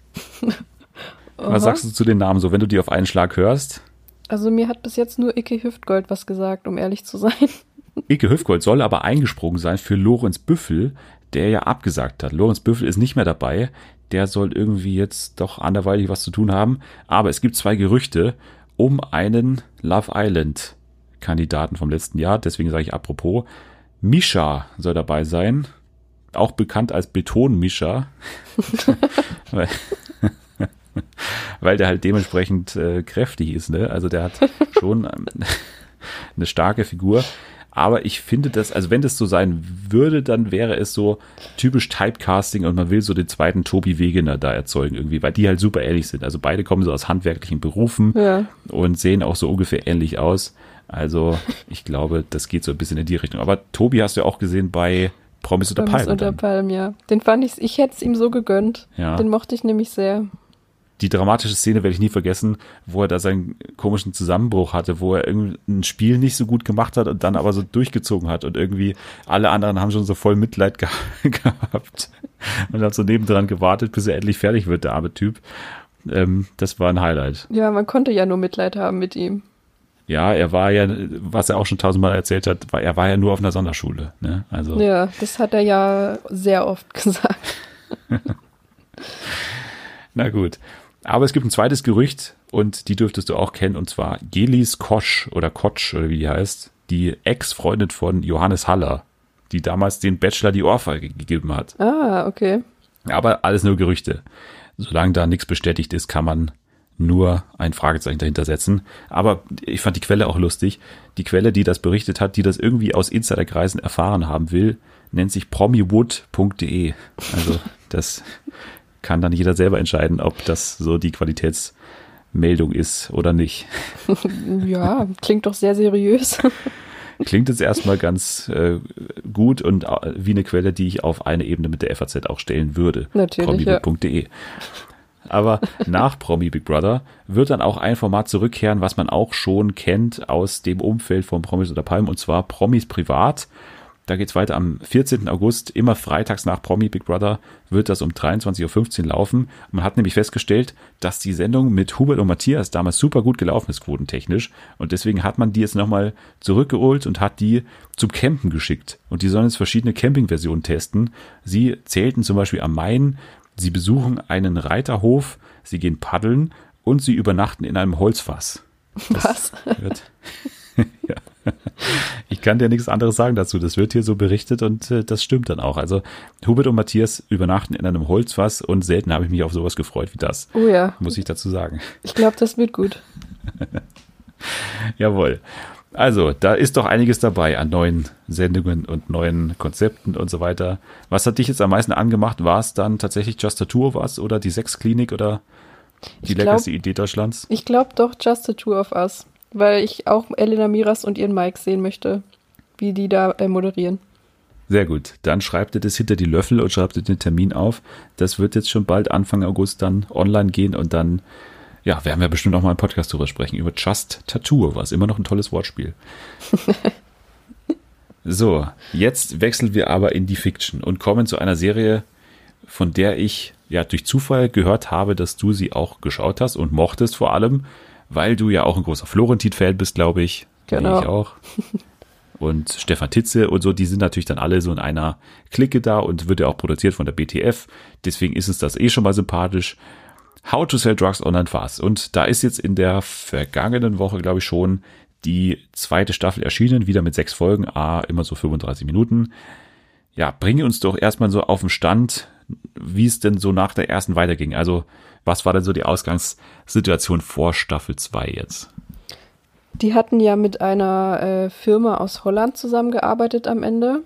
Was sagst du zu den Namen so, wenn du die auf einen Schlag hörst? Also mir hat bis jetzt nur Icke Hüftgold was gesagt, um ehrlich zu sein. Icke Hüftgold soll aber eingesprungen sein für Lorenz Büffel, der ja abgesagt hat. Lorenz Büffel ist nicht mehr dabei. Der soll irgendwie jetzt doch anderweitig was zu tun haben. Aber es gibt zwei Gerüchte um einen Love Island Kandidaten vom letzten Jahr. Deswegen sage ich apropos. Mischa soll dabei sein. Auch bekannt als Beton-Mischa. weil, weil der halt dementsprechend äh, kräftig ist. Ne? Also der hat schon ähm, eine starke Figur. Aber ich finde das, also wenn das so sein würde, dann wäre es so typisch Typecasting und man will so den zweiten Tobi Wegener da erzeugen irgendwie, weil die halt super ähnlich sind. Also beide kommen so aus handwerklichen Berufen ja. und sehen auch so ungefähr ähnlich aus. Also ich glaube, das geht so ein bisschen in die Richtung. Aber Tobi hast du ja auch gesehen bei Promis unter Palmen. Promis unter Palmen, ja. Den fand ich, ich hätte es ihm so gegönnt. Ja. Den mochte ich nämlich sehr. Die dramatische Szene werde ich nie vergessen, wo er da seinen komischen Zusammenbruch hatte, wo er irgendein Spiel nicht so gut gemacht hat und dann aber so durchgezogen hat und irgendwie alle anderen haben schon so voll Mitleid ge- gehabt und hat so nebendran gewartet, bis er endlich fertig wird, der arme Typ. Ähm, das war ein Highlight. Ja, man konnte ja nur Mitleid haben mit ihm. Ja, er war ja, was er auch schon tausendmal erzählt hat, war, er war ja nur auf einer Sonderschule. Ne? Also. Ja, das hat er ja sehr oft gesagt. Na gut. Aber es gibt ein zweites Gerücht und die dürftest du auch kennen und zwar Gelis Kosch oder Kotsch oder wie die heißt, die Ex-Freundin von Johannes Haller, die damals den Bachelor die Ohrfeige gegeben hat. Ah, okay. Aber alles nur Gerüchte. Solange da nichts bestätigt ist, kann man nur ein Fragezeichen dahinter setzen. Aber ich fand die Quelle auch lustig. Die Quelle, die das berichtet hat, die das irgendwie aus Insiderkreisen erfahren haben will, nennt sich promiwood punkt de. Also das kann dann jeder selber entscheiden, ob das so die Qualitätsmeldung ist oder nicht. Ja, klingt doch sehr seriös. Klingt jetzt erstmal ganz äh, gut und äh, wie eine Quelle, die ich auf eine Ebene mit der F A Z auch stellen würde. Natürlich, promiwood punkt de. Ja. Aber nach Promi Big Brother wird dann auch ein Format zurückkehren, was man auch schon kennt aus dem Umfeld von Promis unter Palmen, und zwar Promis privat. Da geht's weiter am vierzehnten August, immer freitags nach Promi Big Brother, wird das um dreiundzwanzig Uhr fünfzehn laufen. Man hat nämlich festgestellt, dass die Sendung mit Hubert und Matthias damals super gut gelaufen ist, quotentechnisch. Und deswegen hat man die jetzt nochmal zurückgeholt und hat die zum Campen geschickt. Und die sollen jetzt verschiedene Campingversionen testen. Sie zählten zum Beispiel am Main, sie besuchen einen Reiterhof, sie gehen paddeln und sie übernachten in einem Holzfass. Das Was? Wird, ja. Ich Ich kann dir nichts anderes sagen dazu. Das wird hier so berichtet und äh, das stimmt dann auch. Also Hubert und Matthias übernachten in einem Holzfass und selten habe ich mich auf sowas gefreut wie das. Oh ja. Muss ich dazu sagen. Ich glaube, das wird gut. Jawohl. Also, da ist doch einiges dabei an neuen Sendungen und neuen Konzepten und so weiter. Was hat dich jetzt am meisten angemacht? War es dann tatsächlich Just Tattoo of Us oder die Sexklinik oder die leckerste Idee Deutschlands? Ich glaube doch Just Tattoo of Us, weil ich auch Elena Miras und ihren Mike sehen möchte, wie die da äh, moderieren. Sehr gut. Dann schreibt ihr das hinter die Löffel und schreibt ihr den Termin auf. Das wird jetzt schon bald Anfang August dann online gehen und dann ja, werden wir bestimmt auch mal einen Podcast drüber sprechen, über Just Tattoo, was immer noch ein tolles Wortspiel. So, jetzt wechseln wir aber in die Fiction und kommen zu einer Serie, von der ich ja durch Zufall gehört habe, dass du sie auch geschaut hast und mochtest vor allem, weil du ja auch ein großer Florentin-Fan bist, glaube ich. Genau. Ich auch. Und Stefan Titze und so, die sind natürlich dann alle so in einer Clique da und wird ja auch produziert von der B T F. Deswegen ist es das eh schon mal sympathisch. How to Sell Drugs Online Fast. Und da ist jetzt in der vergangenen Woche, glaube ich, schon die zweite Staffel erschienen, wieder mit sechs Folgen, ah, immer so fünfunddreißig Minuten. Ja, bringe uns doch erstmal so auf den Stand, wie es denn so nach der ersten weiterging. Also, was war denn so die Ausgangssituation vor Staffel zwei jetzt? Die hatten ja mit einer äh, Firma aus Holland zusammengearbeitet am Ende.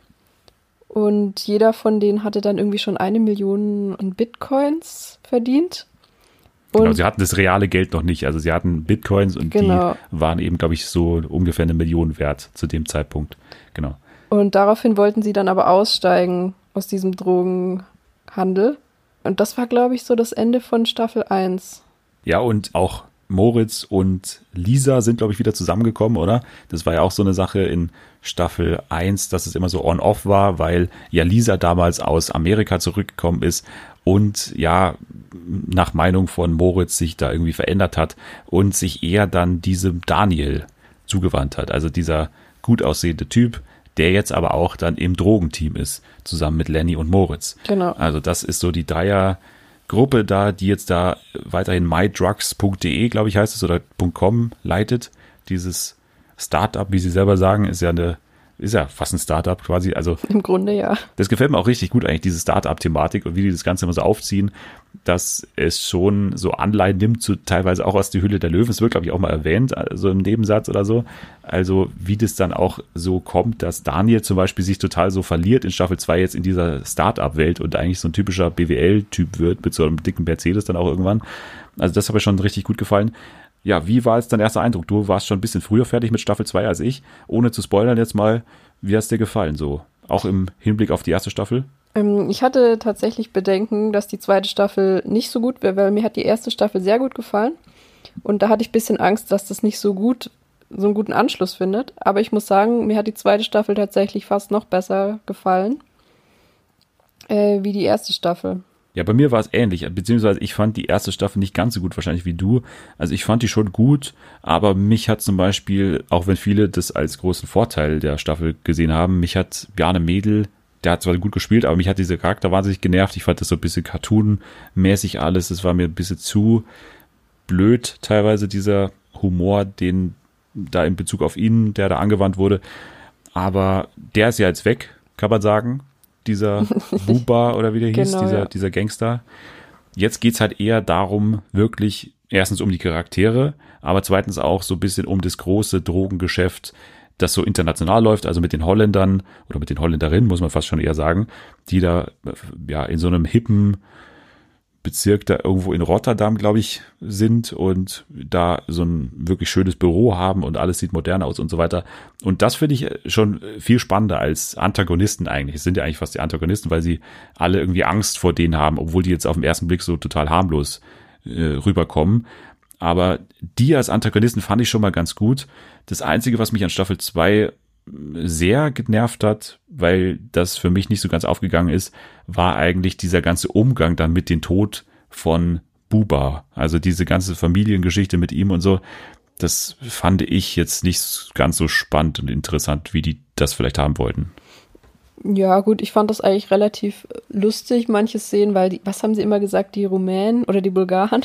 Und jeder von denen hatte dann irgendwie schon eine Million in Bitcoins verdient. Und genau, sie hatten das reale Geld noch nicht. Also sie hatten Bitcoins und genau. Die waren eben, glaube ich, so ungefähr eine Million wert zu dem Zeitpunkt. Genau. Und daraufhin wollten sie dann aber aussteigen aus diesem Drogenhandel. Und das war, glaube ich, so das Ende von Staffel eins. Ja, und auch Moritz und Lisa sind, glaube ich, wieder zusammengekommen, oder? Das war ja auch so eine Sache in Staffel eins, dass es immer so on-off war, weil ja Lisa damals aus Amerika zurückgekommen ist und ja nach Meinung von Moritz sich da irgendwie verändert hat und sich eher dann diesem Daniel zugewandt hat. Also dieser gut aussehende Typ, der jetzt aber auch dann im Drogenteam ist, zusammen mit Lenny und Moritz. Genau. Also das ist so die Dreiergruppe da, die jetzt da weiterhin mydrugs punkt de, glaube ich, heißt es, oder .com leitet. Dieses Startup, wie sie selber sagen, ist ja eine Ist ja fast ein Startup quasi. Also im Grunde ja. Das gefällt mir auch richtig gut eigentlich, diese Startup-Thematik und wie die das Ganze immer so aufziehen, dass es schon so Anleihen nimmt, zu, teilweise auch aus der Höhle der Löwen. Es wird, glaube ich, auch mal erwähnt, also im Nebensatz oder so. Also wie das dann auch so kommt, dass Daniel zum Beispiel sich total so verliert in Staffel zwei jetzt in dieser Startup-Welt und eigentlich so ein typischer B W L-Typ wird mit so einem dicken Mercedes dann auch irgendwann. Also das hat mir schon richtig gut gefallen. Ja, wie war jetzt dein erster Eindruck? Du warst schon ein bisschen früher fertig mit Staffel zwei als ich. Ohne zu spoilern jetzt mal, wie hat es dir gefallen so? Auch im Hinblick auf die erste Staffel? Ähm, ich hatte tatsächlich Bedenken, dass die zweite Staffel nicht so gut wäre, weil mir hat die erste Staffel sehr gut gefallen. Und da hatte ich ein bisschen Angst, dass das nicht so gut, so einen guten Anschluss findet. Aber ich muss sagen, mir hat die zweite Staffel tatsächlich fast noch besser gefallen äh, wie die erste Staffel. Ja, bei mir war es ähnlich, beziehungsweise ich fand die erste Staffel nicht ganz so gut wahrscheinlich wie du. Also ich fand die schon gut, aber mich hat zum Beispiel, auch wenn viele das als großen Vorteil der Staffel gesehen haben, mich hat Bjarne Mädel, der hat zwar gut gespielt, aber mich hat dieser Charakter wahnsinnig genervt. Ich fand das so ein bisschen cartoon-mäßig alles. Das war mir ein bisschen zu blöd teilweise, dieser Humor, den da in Bezug auf ihn, der da angewandt wurde. Aber der ist ja jetzt weg, kann man sagen. Dieser Buba oder wie der hieß, genau, dieser, ja. dieser Gangster. Jetzt geht's halt eher darum, wirklich erstens um die Charaktere, aber zweitens auch so ein bisschen um das große Drogengeschäft, das so international läuft, also mit den Holländern oder mit den Holländerinnen, muss man fast schon eher sagen, die da ja in so einem hippen Bezirk da irgendwo in Rotterdam, glaube ich, sind und da so ein wirklich schönes Büro haben und alles sieht modern aus und so weiter. Und das finde ich schon viel spannender als Antagonisten eigentlich. Es sind ja eigentlich fast die Antagonisten, weil sie alle irgendwie Angst vor denen haben, obwohl die jetzt auf den ersten Blick so total harmlos äh, rüberkommen. Aber die als Antagonisten fand ich schon mal ganz gut. Das Einzige, was mich an Staffel zwei sehr genervt hat, weil das für mich nicht so ganz aufgegangen ist, war eigentlich dieser ganze Umgang dann mit dem Tod von Buba. Also diese ganze Familiengeschichte mit ihm und so, das fand ich jetzt nicht ganz so spannend und interessant, wie die das vielleicht haben wollten. Ja gut, ich fand das eigentlich relativ lustig, manche Szenen, weil die, was haben sie immer gesagt, die Rumänen oder die Bulgaren,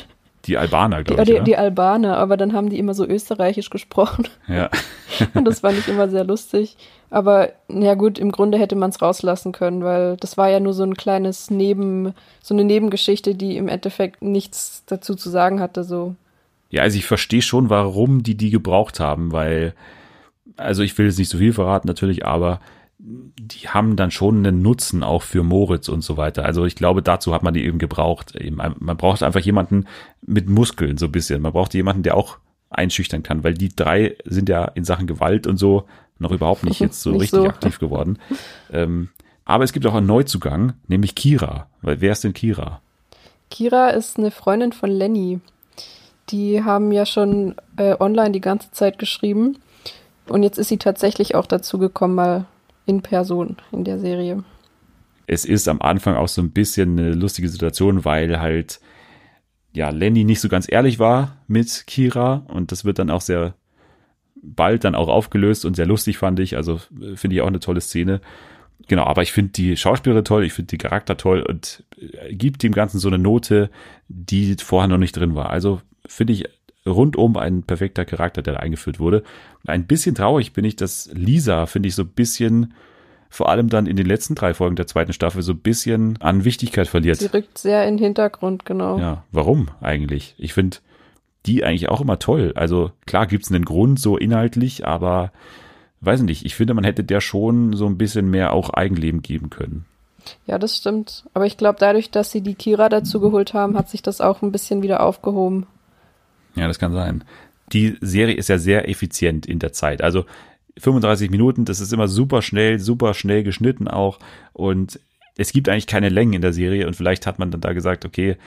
Die Albaner, glaube die, ich. Die, die Albaner, aber dann haben die immer so österreichisch gesprochen. Ja. Und das fand ich immer sehr lustig. Aber ja gut, im Grunde hätte man es rauslassen können, weil das war ja nur so ein kleines Neben, so eine Nebengeschichte, die im Endeffekt nichts dazu zu sagen hatte. So. Ja, also ich verstehe schon, warum die die gebraucht haben, weil, also ich will jetzt nicht so viel verraten natürlich, aber die haben dann schon einen Nutzen auch für Moritz und so weiter. Also ich glaube, dazu hat man die eben gebraucht. Man braucht einfach jemanden mit Muskeln so ein bisschen. Man braucht jemanden, der auch einschüchtern kann, weil die drei sind ja in Sachen Gewalt und so noch überhaupt nicht jetzt so nicht richtig so. aktiv geworden. Ähm, aber es gibt auch einen Neuzugang, nämlich Kira. Weil wer ist denn Kira? Kira ist eine Freundin von Lenny. Die haben ja schon äh, online die ganze Zeit geschrieben. Und jetzt ist sie tatsächlich auch dazu gekommen, mal in Person in der Serie. Es ist am Anfang auch so ein bisschen eine lustige Situation, weil halt ja Lenny nicht so ganz ehrlich war mit Kira und das wird dann auch sehr bald dann auch aufgelöst und sehr lustig, fand ich. Also finde ich auch eine tolle Szene. Genau, aber ich finde die Schauspielerin toll, ich finde die Charakter toll und gibt dem Ganzen so eine Note, die vorher noch nicht drin war. Also finde ich rundum ein perfekter Charakter, der da eingeführt wurde. Ein bisschen traurig bin ich, dass Lisa, finde ich, so ein bisschen, vor allem dann in den letzten drei Folgen der zweiten Staffel, so ein bisschen an Wichtigkeit verliert. Sie rückt sehr in den Hintergrund, genau. Ja, warum eigentlich? Ich finde die eigentlich auch immer toll. Also klar gibt's einen Grund so inhaltlich, aber weiß nicht, ich finde, man hätte der schon so ein bisschen mehr auch Eigenleben geben können. Ja, das stimmt. Aber ich glaube, dadurch, dass sie die Kira dazu geholt haben, hat sich das auch ein bisschen wieder aufgehoben. Ja, das kann sein. Die Serie ist ja sehr effizient in der Zeit. Also fünfunddreißig Minuten, das ist immer super schnell, super schnell geschnitten auch. Und es gibt eigentlich keine Längen in der Serie. Und vielleicht hat man dann da gesagt, okay,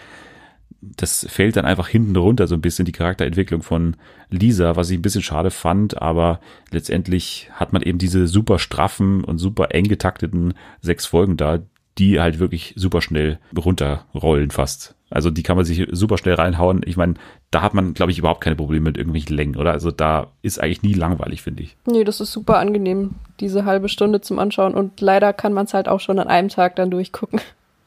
das fällt dann einfach hinten runter, so ein bisschen die Charakterentwicklung von Lisa, was ich ein bisschen schade fand. Aber letztendlich hat man eben diese super straffen und super eng getakteten sechs Folgen da, die halt wirklich super schnell runterrollen fast. Also die kann man sich super schnell reinhauen. Ich meine, da hat man, glaube ich, überhaupt keine Probleme mit irgendwelchen Längen, oder? Also da ist eigentlich nie langweilig, finde ich. Nee, das ist super angenehm, diese halbe Stunde zum Anschauen. Und leider kann man es halt auch schon an einem Tag dann durchgucken.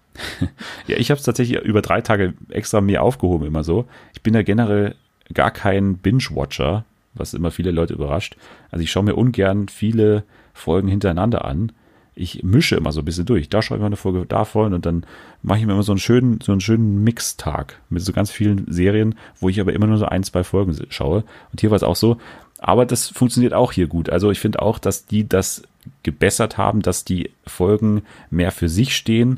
Ja, ich habe es tatsächlich über drei Tage extra mir aufgehoben, immer so. Ich bin ja generell gar kein Binge-Watcher, was immer viele Leute überrascht. Also ich schaue mir ungern viele Folgen hintereinander an. Ich mische immer so ein bisschen durch. Da schaue ich mal eine Folge davon und dann mache ich mir immer so einen schönen, so einen schönen Mixtag mit so ganz vielen Serien, wo ich aber immer nur so ein, zwei Folgen schaue. Und hier war es auch so. Aber das funktioniert auch hier gut. Also ich finde auch, dass die das gebessert haben, dass die Folgen mehr für sich stehen.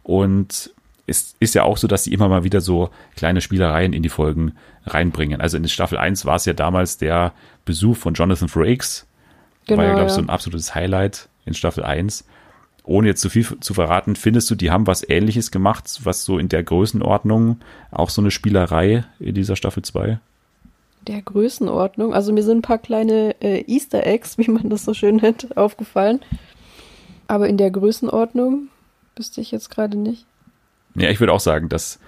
Und es ist ja auch so, dass sie immer mal wieder so kleine Spielereien in die Folgen reinbringen. Also in Staffel eins war es ja damals der Besuch von Jonathan Frakes. Genau, war ja, glaube ich, ja. so ein absolutes Highlight in Staffel eins. Ohne jetzt zu viel zu verraten, findest du, die haben was Ähnliches gemacht, was so in der Größenordnung, auch so eine Spielerei in dieser Staffel zwei? Der Größenordnung. Also mir sind ein paar kleine äh, Easter Eggs, wie man das so schön nennt, aufgefallen. Aber in der Größenordnung wüsste ich jetzt gerade nicht. Ja, ich würde auch sagen, dass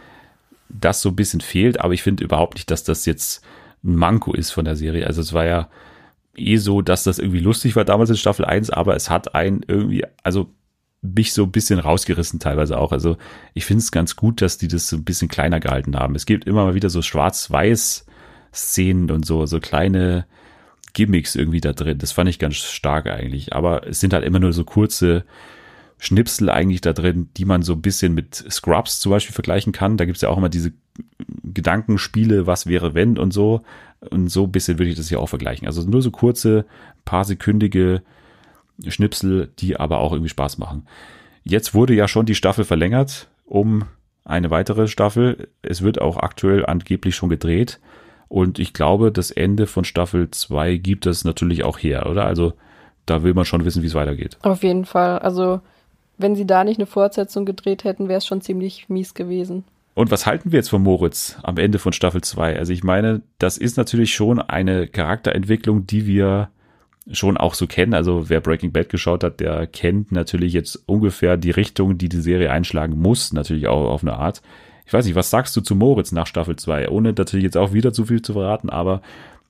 das so ein bisschen fehlt, aber ich finde überhaupt nicht, dass das jetzt ein Manko ist von der Serie. Also es war ja eh so, dass das irgendwie lustig war damals in Staffel eins, aber es hat einen irgendwie, also mich so ein bisschen rausgerissen teilweise auch. Also ich finde es ganz gut, dass die das so ein bisschen kleiner gehalten haben. Es gibt immer mal wieder so Schwarz-Weiß-Szenen und so, so kleine Gimmicks irgendwie da drin. Das fand ich ganz stark eigentlich. Aber es sind halt immer nur so kurze Schnipsel eigentlich da drin, die man so ein bisschen mit Scrubs zum Beispiel vergleichen kann. Da gibt's ja auch immer diese Gedankenspiele, was wäre wenn und so. Und so ein bisschen würde ich das hier auch vergleichen. Also nur so kurze, paar sekündige Schnipsel, die aber auch irgendwie Spaß machen. Jetzt wurde ja schon die Staffel verlängert um eine weitere Staffel. Es wird auch aktuell angeblich schon gedreht. Und ich glaube, das Ende von Staffel zwei gibt es natürlich auch her, oder? Also da will man schon wissen, wie es weitergeht. Auf jeden Fall. Also wenn sie da nicht eine Fortsetzung gedreht hätten, wäre es schon ziemlich mies gewesen. Und was halten wir jetzt von Moritz am Ende von Staffel zwei? Also ich meine, das ist natürlich schon eine Charakterentwicklung, die wir schon auch so kennen. Also wer Breaking Bad geschaut hat, der kennt natürlich jetzt ungefähr die Richtung, die die Serie einschlagen muss, natürlich auch auf eine Art. Ich weiß nicht, was sagst du zu Moritz nach Staffel zwei? Ohne natürlich jetzt auch wieder zu viel zu verraten, aber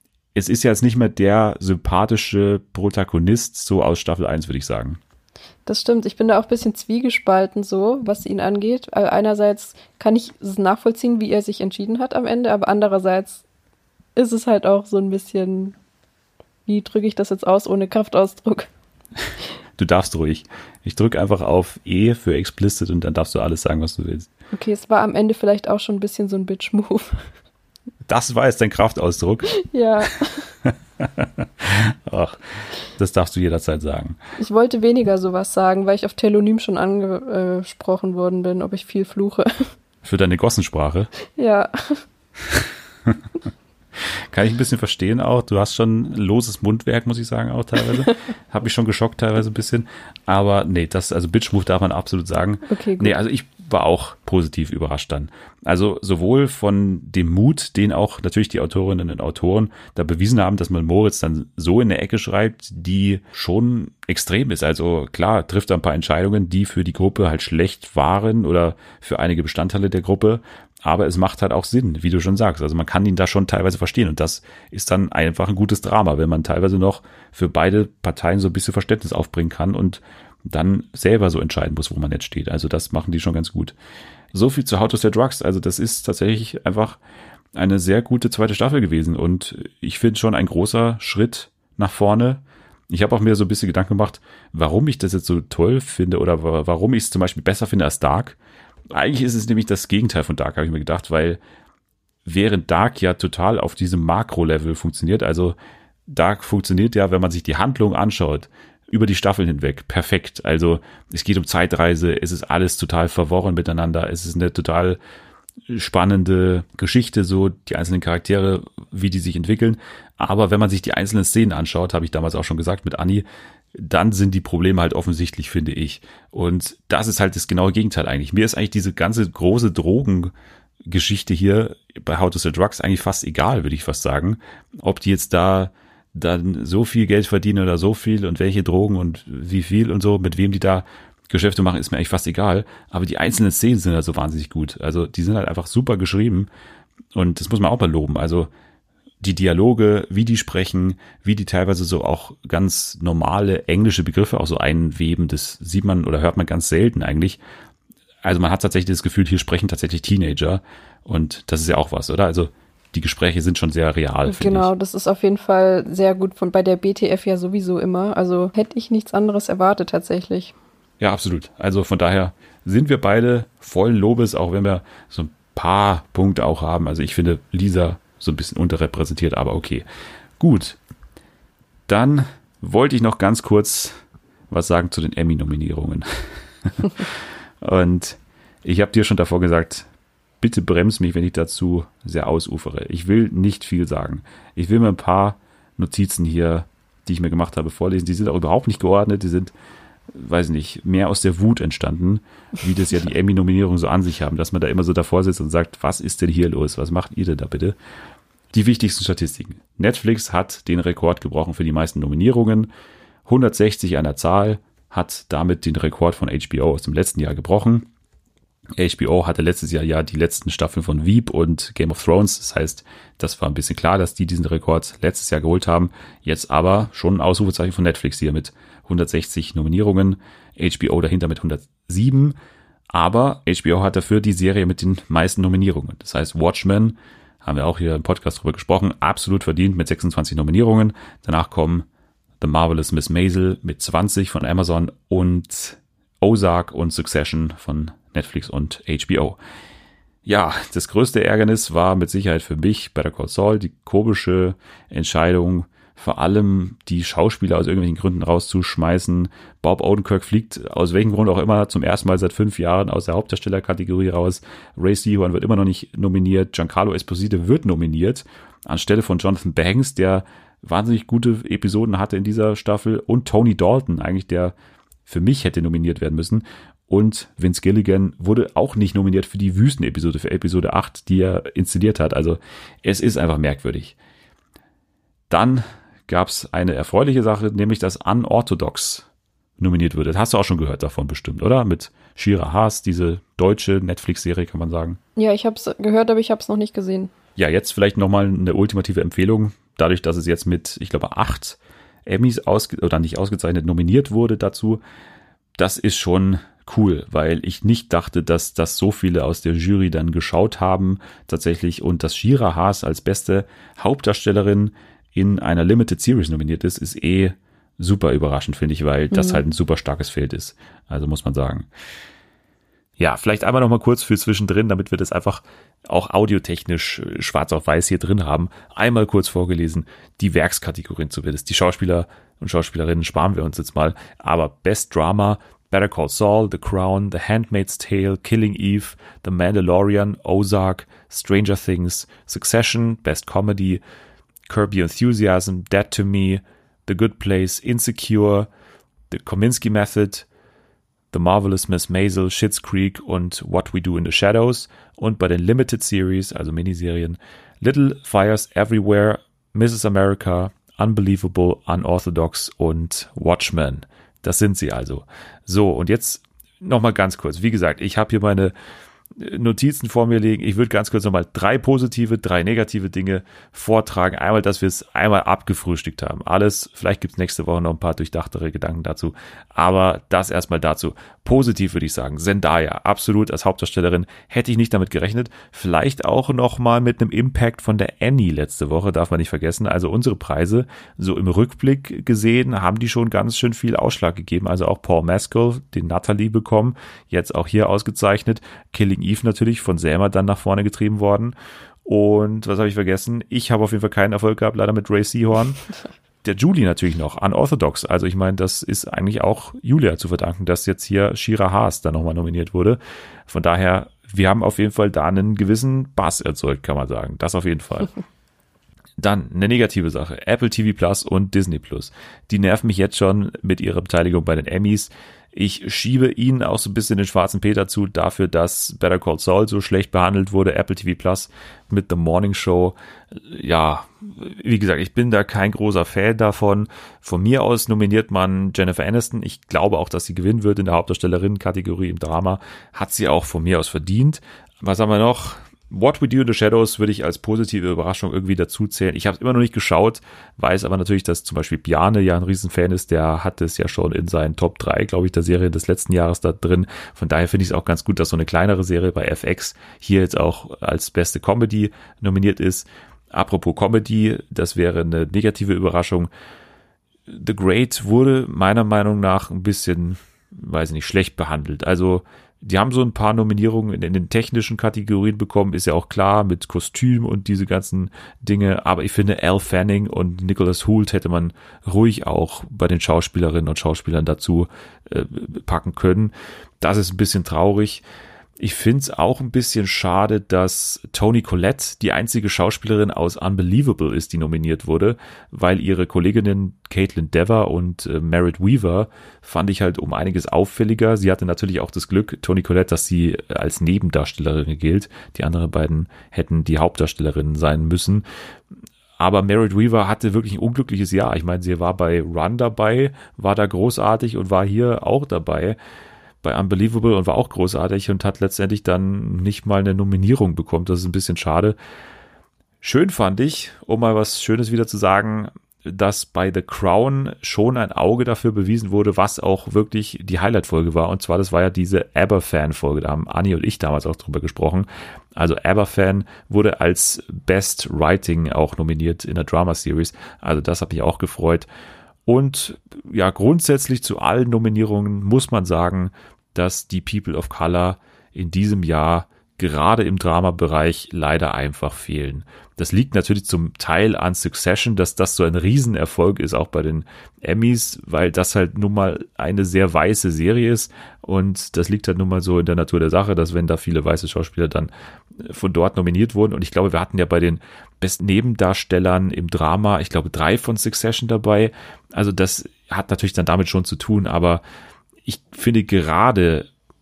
es ist ja jetzt nicht mehr der sympathische Protagonist so aus Staffel eins, würde ich sagen. Das stimmt. Ich bin da auch ein bisschen zwiegespalten so, was ihn angeht. Also einerseits kann ich es nachvollziehen, wie er sich entschieden hat am Ende, aber andererseits ist es halt auch so ein bisschen, wie drücke ich das jetzt aus ohne Kraftausdruck? Du darfst ruhig. Ich drücke einfach auf E für explicit und dann darfst du alles sagen, was du willst. Okay, es war am Ende vielleicht auch schon ein bisschen so ein Bitch-Move. Das war jetzt dein Kraftausdruck? Ja. Ach, das darfst du jederzeit sagen. Ich wollte weniger sowas sagen, weil ich auf Telonym schon angesprochen worden bin, ob ich viel fluche. Für deine Gossensprache? Ja. Kann ich ein bisschen verstehen auch. Du hast schon loses Mundwerk, muss ich sagen, auch teilweise. Hab mich schon geschockt teilweise ein bisschen. Aber nee, das, also Bitch-Move darf man absolut sagen. Okay, gut. Nee, also ich war auch positiv überrascht dann. Also sowohl von dem Mut, den auch natürlich die Autorinnen und Autoren da bewiesen haben, dass man Moritz dann so in der Ecke schreibt, die schon extrem ist. Also klar, trifft er ein paar Entscheidungen, die für die Gruppe halt schlecht waren oder für einige Bestandteile der Gruppe. Aber es macht halt auch Sinn, wie du schon sagst. Also man kann ihn da schon teilweise verstehen. Und das ist dann einfach ein gutes Drama, wenn man teilweise noch für beide Parteien so ein bisschen Verständnis aufbringen kann und dann selber so entscheiden muss, wo man jetzt steht. Also das machen die schon ganz gut. So viel zu How to Sell Drugs. Also das ist tatsächlich einfach eine sehr gute zweite Staffel gewesen. Und ich finde schon ein großer Schritt nach vorne. Ich habe auch mir so ein bisschen Gedanken gemacht, warum ich das jetzt so toll finde oder warum ich es zum Beispiel besser finde als Dark. Eigentlich ist es nämlich das Gegenteil von Dark, habe ich mir gedacht, weil während Dark ja total auf diesem Makro-Level funktioniert, also Dark funktioniert ja, wenn man sich die Handlung anschaut, über die Staffeln hinweg, perfekt. Also es geht um Zeitreise, es ist alles total verworren miteinander, es ist eine total spannende Geschichte, so die einzelnen Charaktere, wie die sich entwickeln. Aber wenn man sich die einzelnen Szenen anschaut, habe ich damals auch schon gesagt mit Anni, dann sind die Probleme halt offensichtlich, finde ich. Und das ist halt das genaue Gegenteil eigentlich. Mir ist eigentlich diese ganze große Drogengeschichte hier bei How to Sell Drugs eigentlich fast egal, würde ich fast sagen. Ob die jetzt da dann so viel Geld verdienen oder so viel und welche Drogen und wie viel und so, mit wem die da Geschäfte machen, ist mir eigentlich fast egal. Aber die einzelnen Szenen sind halt so wahnsinnig gut. Also die sind halt einfach super geschrieben und das muss man auch mal loben. Also die Dialoge, wie die sprechen, wie die teilweise so auch ganz normale englische Begriffe auch so einweben, das sieht man oder hört man ganz selten eigentlich. Also man hat tatsächlich das Gefühl, hier sprechen tatsächlich Teenager und das ist ja auch was, oder? Also die Gespräche sind schon sehr real, finde Genau, ich. das ist auf jeden Fall sehr gut, von bei der B T F ja sowieso immer. Also hätte ich nichts anderes erwartet tatsächlich. Ja, absolut. Also von daher sind wir beide vollen Lobes, auch wenn wir so ein paar Punkte auch haben. Also ich finde Lisa so ein bisschen unterrepräsentiert, aber okay. Gut. Dann wollte ich noch ganz kurz was sagen zu den Emmy-Nominierungen. Und ich habe dir schon davor gesagt, bitte bremst mich, wenn ich dazu sehr ausufere. Ich will nicht viel sagen. Ich will mir ein paar Notizen hier, die ich mir gemacht habe, vorlesen. Die sind auch überhaupt nicht geordnet. Die sind, weiß nicht, mehr aus der Wut entstanden, wie das ja die Emmy-Nominierungen so an sich haben, dass man da immer so davor sitzt und sagt, was ist denn hier los? Was macht ihr denn da bitte? Die wichtigsten Statistiken. Netflix hat den Rekord gebrochen für die meisten Nominierungen. hundertsechzig an der Zahl, hat damit den Rekord von H B O aus dem letzten Jahr gebrochen. H B O hatte letztes Jahr ja die letzten Staffeln von Veep und Game of Thrones. Das heißt, das war ein bisschen klar, dass die diesen Rekord letztes Jahr geholt haben. Jetzt aber schon ein Ausrufezeichen von Netflix hier mit hundertsechzig Nominierungen. H B O dahinter mit hundertsieben. Aber H B O hat dafür die Serie mit den meisten Nominierungen. Das heißt, Watchmen, haben wir auch hier im Podcast drüber gesprochen, absolut verdient mit sechsundzwanzig Nominierungen. Danach kommen The Marvelous Miss Maisel mit zwanzig von Amazon und Ozark und Succession von Netflix und H B O. Ja, das größte Ärgernis war mit Sicherheit für mich Better Call Saul, die komische Entscheidung, vor allem die Schauspieler aus irgendwelchen Gründen rauszuschmeißen. Bob Odenkirk fliegt aus welchem Grund auch immer zum ersten Mal seit fünf Jahren aus der Hauptdarstellerkategorie raus. Ray Seahorn wird immer noch nicht nominiert. Giancarlo Esposito wird nominiert anstelle von Jonathan Banks, der wahnsinnig gute Episoden hatte in dieser Staffel, und Tony Dalton eigentlich, der für mich hätte nominiert werden müssen. Und Vince Gilligan wurde auch nicht nominiert für die Wüsten-Episode, für Episode acht, die er inszeniert hat. Also es ist einfach merkwürdig. Dann gab es eine erfreuliche Sache, nämlich dass Unorthodox nominiert wurde. Das hast du auch schon gehört davon bestimmt, oder? Mit Shira Haas, diese deutsche Netflix-Serie, kann man sagen. Ja, ich habe es gehört, aber ich habe es noch nicht gesehen. Ja, jetzt vielleicht nochmal eine ultimative Empfehlung. Dadurch, dass es jetzt mit, ich glaube, acht Emmys ausge- oder nicht ausgezeichnet nominiert wurde dazu. das ist schon cool, weil ich nicht dachte, dass das so viele aus der Jury dann geschaut haben tatsächlich und dass Shira Haas als beste Hauptdarstellerin in einer Limited Series nominiert ist, ist eh super überraschend, finde ich, weil das mhm. halt ein super starkes Feld ist. Also muss man sagen. Ja, vielleicht einmal noch mal kurz für zwischendrin, damit wir das einfach auch audiotechnisch schwarz auf weiß hier drin haben. Einmal kurz vorgelesen, die Werkskategorien zumindest. Die Schauspieler und Schauspielerinnen sparen wir uns jetzt mal. Aber Best Drama, Better Call Saul, The Crown, The Handmaid's Tale, Killing Eve, The Mandalorian, Ozark, Stranger Things, Succession, Best Comedy, Curb Your Enthusiasm, Dead to Me, The Good Place, Insecure, The Kominsky Method, The Marvelous Miss Maisel, Schitt's Creek und What We Do in the Shadows. Und bei den Limited Series, also Miniserien, Little Fires Everywhere, Missus America, Unbelievable, Unorthodox und Watchmen. Das sind sie also. So, und jetzt nochmal ganz kurz. Wie gesagt, ich habe hier meine Notizen vor mir liegen. Ich würde ganz kurz nochmal drei positive, drei negative Dinge vortragen. Einmal, dass wir es einmal abgefrühstückt haben. Alles, vielleicht gibt es nächste Woche noch ein paar durchdachtere Gedanken dazu. Aber das erstmal dazu. Positiv würde ich sagen. Zendaya, absolut als Hauptdarstellerin. Hätte ich nicht damit gerechnet. Vielleicht auch nochmal mit einem Impact von der Annie letzte Woche, darf man nicht vergessen. Also unsere Preise, so im Rückblick gesehen, haben die schon ganz schön viel Ausschlag gegeben. Also auch Paul Mescal, den Natalie bekommen. Jetzt auch hier ausgezeichnet. Killing Eve natürlich von Selma dann nach vorne getrieben worden. Und was habe ich vergessen? Ich habe auf jeden Fall keinen Erfolg gehabt, leider mit Ray Seahorn. Der Julie natürlich noch, Unorthodox. Also ich meine, das ist eigentlich auch Julia zu verdanken, dass jetzt hier Shira Haas dann nochmal nominiert wurde. Von daher, wir haben auf jeden Fall da einen gewissen Bass erzeugt, kann man sagen. Das auf jeden Fall. Dann eine negative Sache. Apple T V Plus und Disney Plus. Die nerven mich jetzt schon mit ihrer Beteiligung bei den Emmys. Ich schiebe ihnen auch so ein bisschen den schwarzen Peter zu dafür, dass Better Call Saul so schlecht behandelt wurde. Apple T V Plus mit The Morning Show. Ja, wie gesagt, ich bin da kein großer Fan davon. Von mir aus nominiert man Jennifer Aniston. Ich glaube auch, dass sie gewinnen wird in der Hauptdarstellerinnen-Kategorie im Drama. Hat sie auch von mir aus verdient. Was haben wir noch? What We Do in the Shadows würde ich als positive Überraschung irgendwie dazu zählen. Ich habe es immer noch nicht geschaut, weiß aber natürlich, dass zum Beispiel Bjarne ja ein Riesenfan ist. Der hat es ja schon in seinen Top drei, glaube ich, der Serien des letzten Jahres da drin. Von daher finde ich es auch ganz gut, dass so eine kleinere Serie bei F X hier jetzt auch als beste Comedy nominiert ist. Apropos Comedy, das wäre eine negative Überraschung. The Great wurde meiner Meinung nach ein bisschen, weiß ich nicht, schlecht behandelt. Also die haben so ein paar Nominierungen in, in den technischen Kategorien bekommen, ist ja auch klar, mit Kostüm und diese ganzen Dinge. Aber ich finde, Elle Fanning und Nicholas Hoult hätte man ruhig auch bei den Schauspielerinnen und Schauspielern dazu äh, packen können. Das ist ein bisschen traurig. Ich finde es auch ein bisschen schade, dass Toni Collette die einzige Schauspielerin aus Unbelievable ist, die nominiert wurde, weil ihre Kolleginnen Caitlin Dever und äh, Merritt Weaver fand ich halt um einiges auffälliger. Sie hatte natürlich auch das Glück, Toni Collette, dass sie als Nebendarstellerin gilt. Die anderen beiden hätten die Hauptdarstellerinnen sein müssen. Aber Merritt Weaver hatte wirklich ein unglückliches Jahr. Ich meine, sie war bei Run dabei, war da großartig und war hier auch dabei bei Unbelievable und war auch großartig und hat letztendlich dann nicht mal eine Nominierung bekommen. Das ist ein bisschen schade. Schön fand ich, um mal was Schönes wieder zu sagen, dass bei The Crown schon ein Auge dafür bewiesen wurde, was auch wirklich die Highlight-Folge war. Und zwar, das war ja diese ABBA-Fan-Folge. Da haben Anni und ich damals auch drüber gesprochen. Also ABBA-Fan wurde als Best Writing auch nominiert in der Drama-Series. Also das hat mich auch gefreut. Und ja, grundsätzlich zu allen Nominierungen muss man sagen, dass die People of Color in diesem Jahr gerade im Drama-Bereich leider einfach fehlen. Das liegt natürlich zum Teil an Succession, dass das so ein Riesenerfolg ist, auch bei den Emmys, weil das halt nun mal eine sehr weiße Serie ist und das liegt halt nun mal so in der Natur der Sache, dass wenn da viele weiße Schauspieler dann von dort nominiert wurden und ich glaube, wir hatten ja bei den besten Nebendarstellern im Drama, ich glaube, drei von Succession dabei, also das hat natürlich dann damit schon zu tun, aber ich finde gerade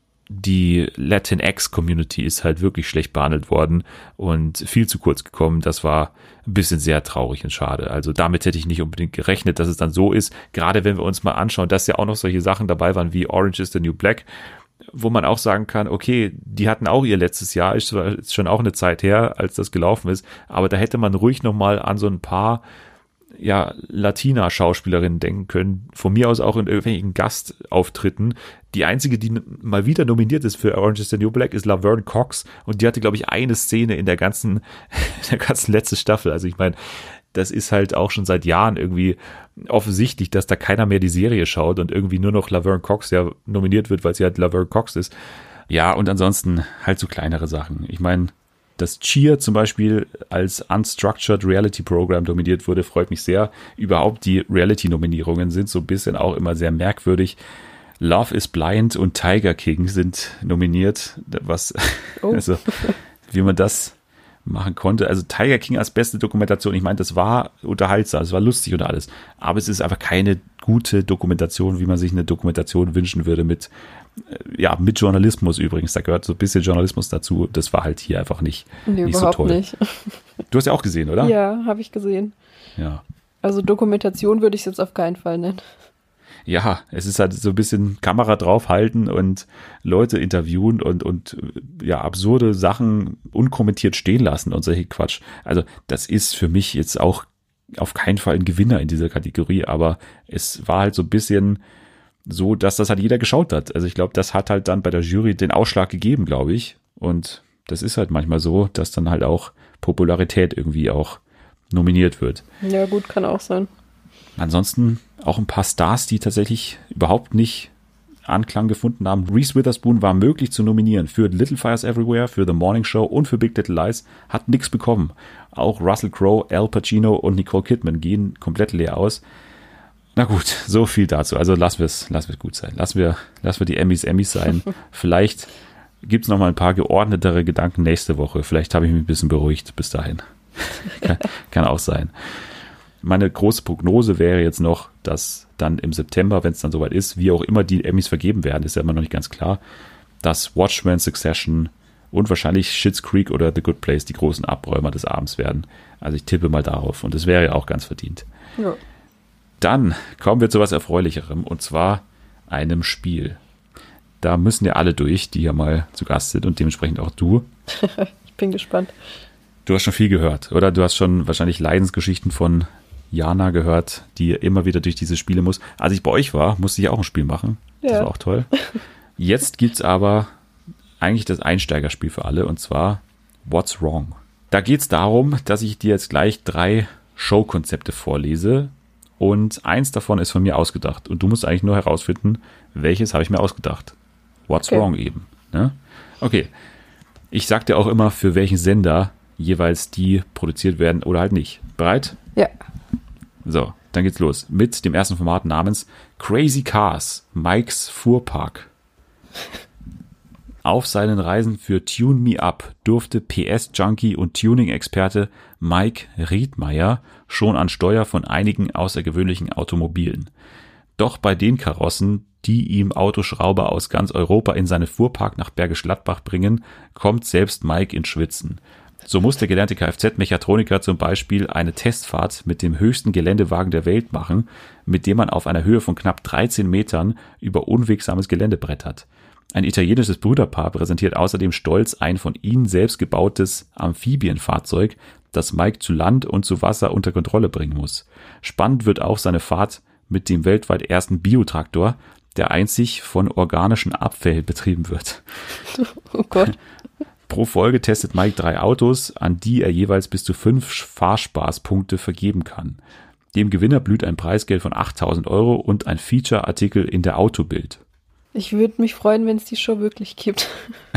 die Latinx-Community ist halt wirklich schlecht behandelt worden und viel zu kurz gekommen. Das war ein bisschen sehr traurig und schade. Also damit hätte ich nicht unbedingt gerechnet, dass es dann so ist. Gerade wenn wir uns mal anschauen, dass ja auch noch solche Sachen dabei waren wie Orange is the New Black, wo man auch sagen kann, okay, die hatten auch ihr letztes Jahr, ist zwar schon auch eine Zeit her, als das gelaufen ist, aber da hätte man ruhig nochmal an so ein paar ja, Latina-Schauspielerinnen denken können, von mir aus auch in irgendwelchen Gastauftritten. Die einzige, die mal wieder nominiert ist für Orange is the New Black, ist Laverne Cox und die hatte, glaube ich, eine Szene in der ganzen, in der ganzen letzten Staffel. Also ich meine, das ist halt auch schon seit Jahren irgendwie offensichtlich, dass da keiner mehr die Serie schaut und irgendwie nur noch Laverne Cox ja nominiert wird, weil sie halt Laverne Cox ist. Ja, und ansonsten halt so kleinere Sachen. Ich meine, dass Cheer zum Beispiel als Unstructured Reality Program nominiert wurde, freut mich sehr. Überhaupt die Reality-Nominierungen sind so ein bisschen auch immer sehr merkwürdig. Love is Blind und Tiger King sind nominiert, was, oh. also, wie man das machen konnte. Also Tiger King als beste Dokumentation, ich meine, das war unterhaltsam, das war lustig und alles, aber es ist einfach keine gute Dokumentation, wie man sich eine Dokumentation wünschen würde mit, ja, mit Journalismus übrigens, da gehört so ein bisschen Journalismus dazu, das war halt hier einfach nicht, nee, nicht überhaupt so toll. Nicht. Du hast ja auch gesehen, oder? Ja, habe ich gesehen. Ja. Also Dokumentation würde ich es jetzt auf keinen Fall nennen. Ja, es ist halt so ein bisschen Kamera draufhalten und Leute interviewen und, und ja, absurde Sachen unkommentiert stehen lassen und solche Quatsch. Also das ist für mich jetzt auch auf keinen Fall ein Gewinner in dieser Kategorie, aber es war halt so ein bisschen so, dass das halt jeder geschaut hat. Also ich glaube, das hat halt dann bei der Jury den Ausschlag gegeben, glaube ich. Und das ist halt manchmal so, dass dann halt auch Popularität irgendwie auch nominiert wird. Ja gut, kann auch sein. Ansonsten auch ein paar Stars, die tatsächlich überhaupt nicht Anklang gefunden haben. Reese Witherspoon war möglich zu nominieren für Little Fires Everywhere, für The Morning Show und für Big Little Lies, hat nichts bekommen. Auch Russell Crowe, Al Pacino und Nicole Kidman gehen komplett leer aus. Na gut, so viel dazu. Also lassen wir es lassen wir es gut sein. Lassen wir, lassen wir die Emmys Emmys sein. Vielleicht gibt es noch mal ein paar geordnetere Gedanken nächste Woche. Vielleicht habe ich mich ein bisschen beruhigt bis dahin. kann, kann auch sein. Meine große Prognose wäre jetzt noch, dass dann im September, wenn es dann soweit ist, wie auch immer die Emmys vergeben werden, ist ja immer noch nicht ganz klar, dass Watchmen, Succession und wahrscheinlich Schitt's Creek oder The Good Place die großen Abräumer des Abends werden. Also ich tippe mal darauf und das wäre ja auch ganz verdient. Ja. Dann kommen wir zu was Erfreulicherem und zwar einem Spiel. Da müssen ja alle durch, die ja mal zu Gast sind und dementsprechend auch du. Ich bin gespannt. Du hast schon viel gehört, oder? Du hast schon wahrscheinlich Leidensgeschichten von Jana gehört, die immer wieder durch diese Spiele muss. Als ich bei euch war, musste ich auch ein Spiel machen. Das ja. war auch toll. Jetzt gibt's aber eigentlich das Einsteigerspiel für alle und zwar What's Wrong? Da geht's darum, dass ich dir jetzt gleich drei Showkonzepte vorlese und eins davon ist von mir ausgedacht und du musst eigentlich nur herausfinden, welches habe ich mir ausgedacht. What's okay. Wrong eben. Ne? Okay. Ich sag dir auch immer, für welchen Sender jeweils die produziert werden oder halt nicht. Bereit? Ja. So, dann geht's los mit dem ersten Format namens Crazy Cars, Mikes Fuhrpark. Auf seinen Reisen für Tune Me Up durfte P S-Junkie und Tuning-Experte Mike Riedmeier schon an Steuer von einigen außergewöhnlichen Automobilen. Doch bei den Karossen, die ihm Autoschrauber aus ganz Europa in seinen Fuhrpark nach Bergisch Gladbach bringen, kommt selbst Mike ins Schwitzen. So muss der gelernte Kfz-Mechatroniker zum Beispiel eine Testfahrt mit dem höchsten Geländewagen der Welt machen, mit dem man auf einer Höhe von knapp dreizehn Metern über unwegsames Gelände brettert. Ein italienisches Brüderpaar präsentiert außerdem stolz ein von ihnen selbst gebautes Amphibienfahrzeug, das Mike zu Land und zu Wasser unter Kontrolle bringen muss. Spannend wird auch seine Fahrt mit dem weltweit ersten Biotraktor, der einzig von organischen Abfällen betrieben wird. Oh Gott. Pro Folge testet Mike drei Autos, an die er jeweils bis zu fünf Fahrspaßpunkte vergeben kann. Dem Gewinner blüht ein Preisgeld von achttausend Euro und ein Feature-Artikel in der Autobild. Ich würde mich freuen, wenn es die Show wirklich gibt.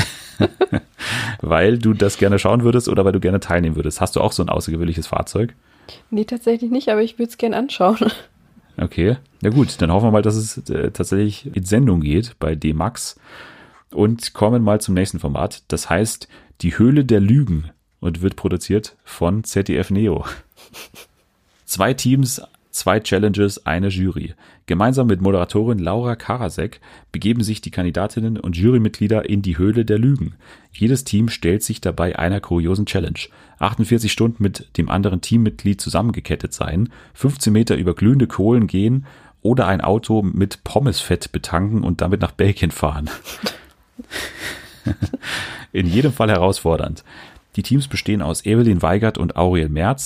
Weil du das gerne schauen würdest oder weil du gerne teilnehmen würdest. Hast du auch so ein außergewöhnliches Fahrzeug? Nee, tatsächlich nicht, aber ich würde es gerne anschauen. Okay, na gut, dann hoffen wir mal, dass es äh, tatsächlich in Sendung geht bei D-Max. Und kommen mal zum nächsten Format. Das heißt Die Höhle der Lügen und wird produziert von Z D F Neo. Zwei Teams, zwei Challenges, eine Jury. Gemeinsam mit Moderatorin Laura Karasek begeben sich die Kandidatinnen und Jurymitglieder in die Höhle der Lügen. Jedes Team stellt sich dabei einer kuriosen Challenge. achtundvierzig Stunden mit dem anderen Teammitglied zusammengekettet sein, fünfzehn Meter über glühende Kohlen gehen oder ein Auto mit Pommesfett betanken und damit nach Belgien fahren. In jedem Fall herausfordernd. Die Teams bestehen aus Evelyn Weigert und Auriel Merz.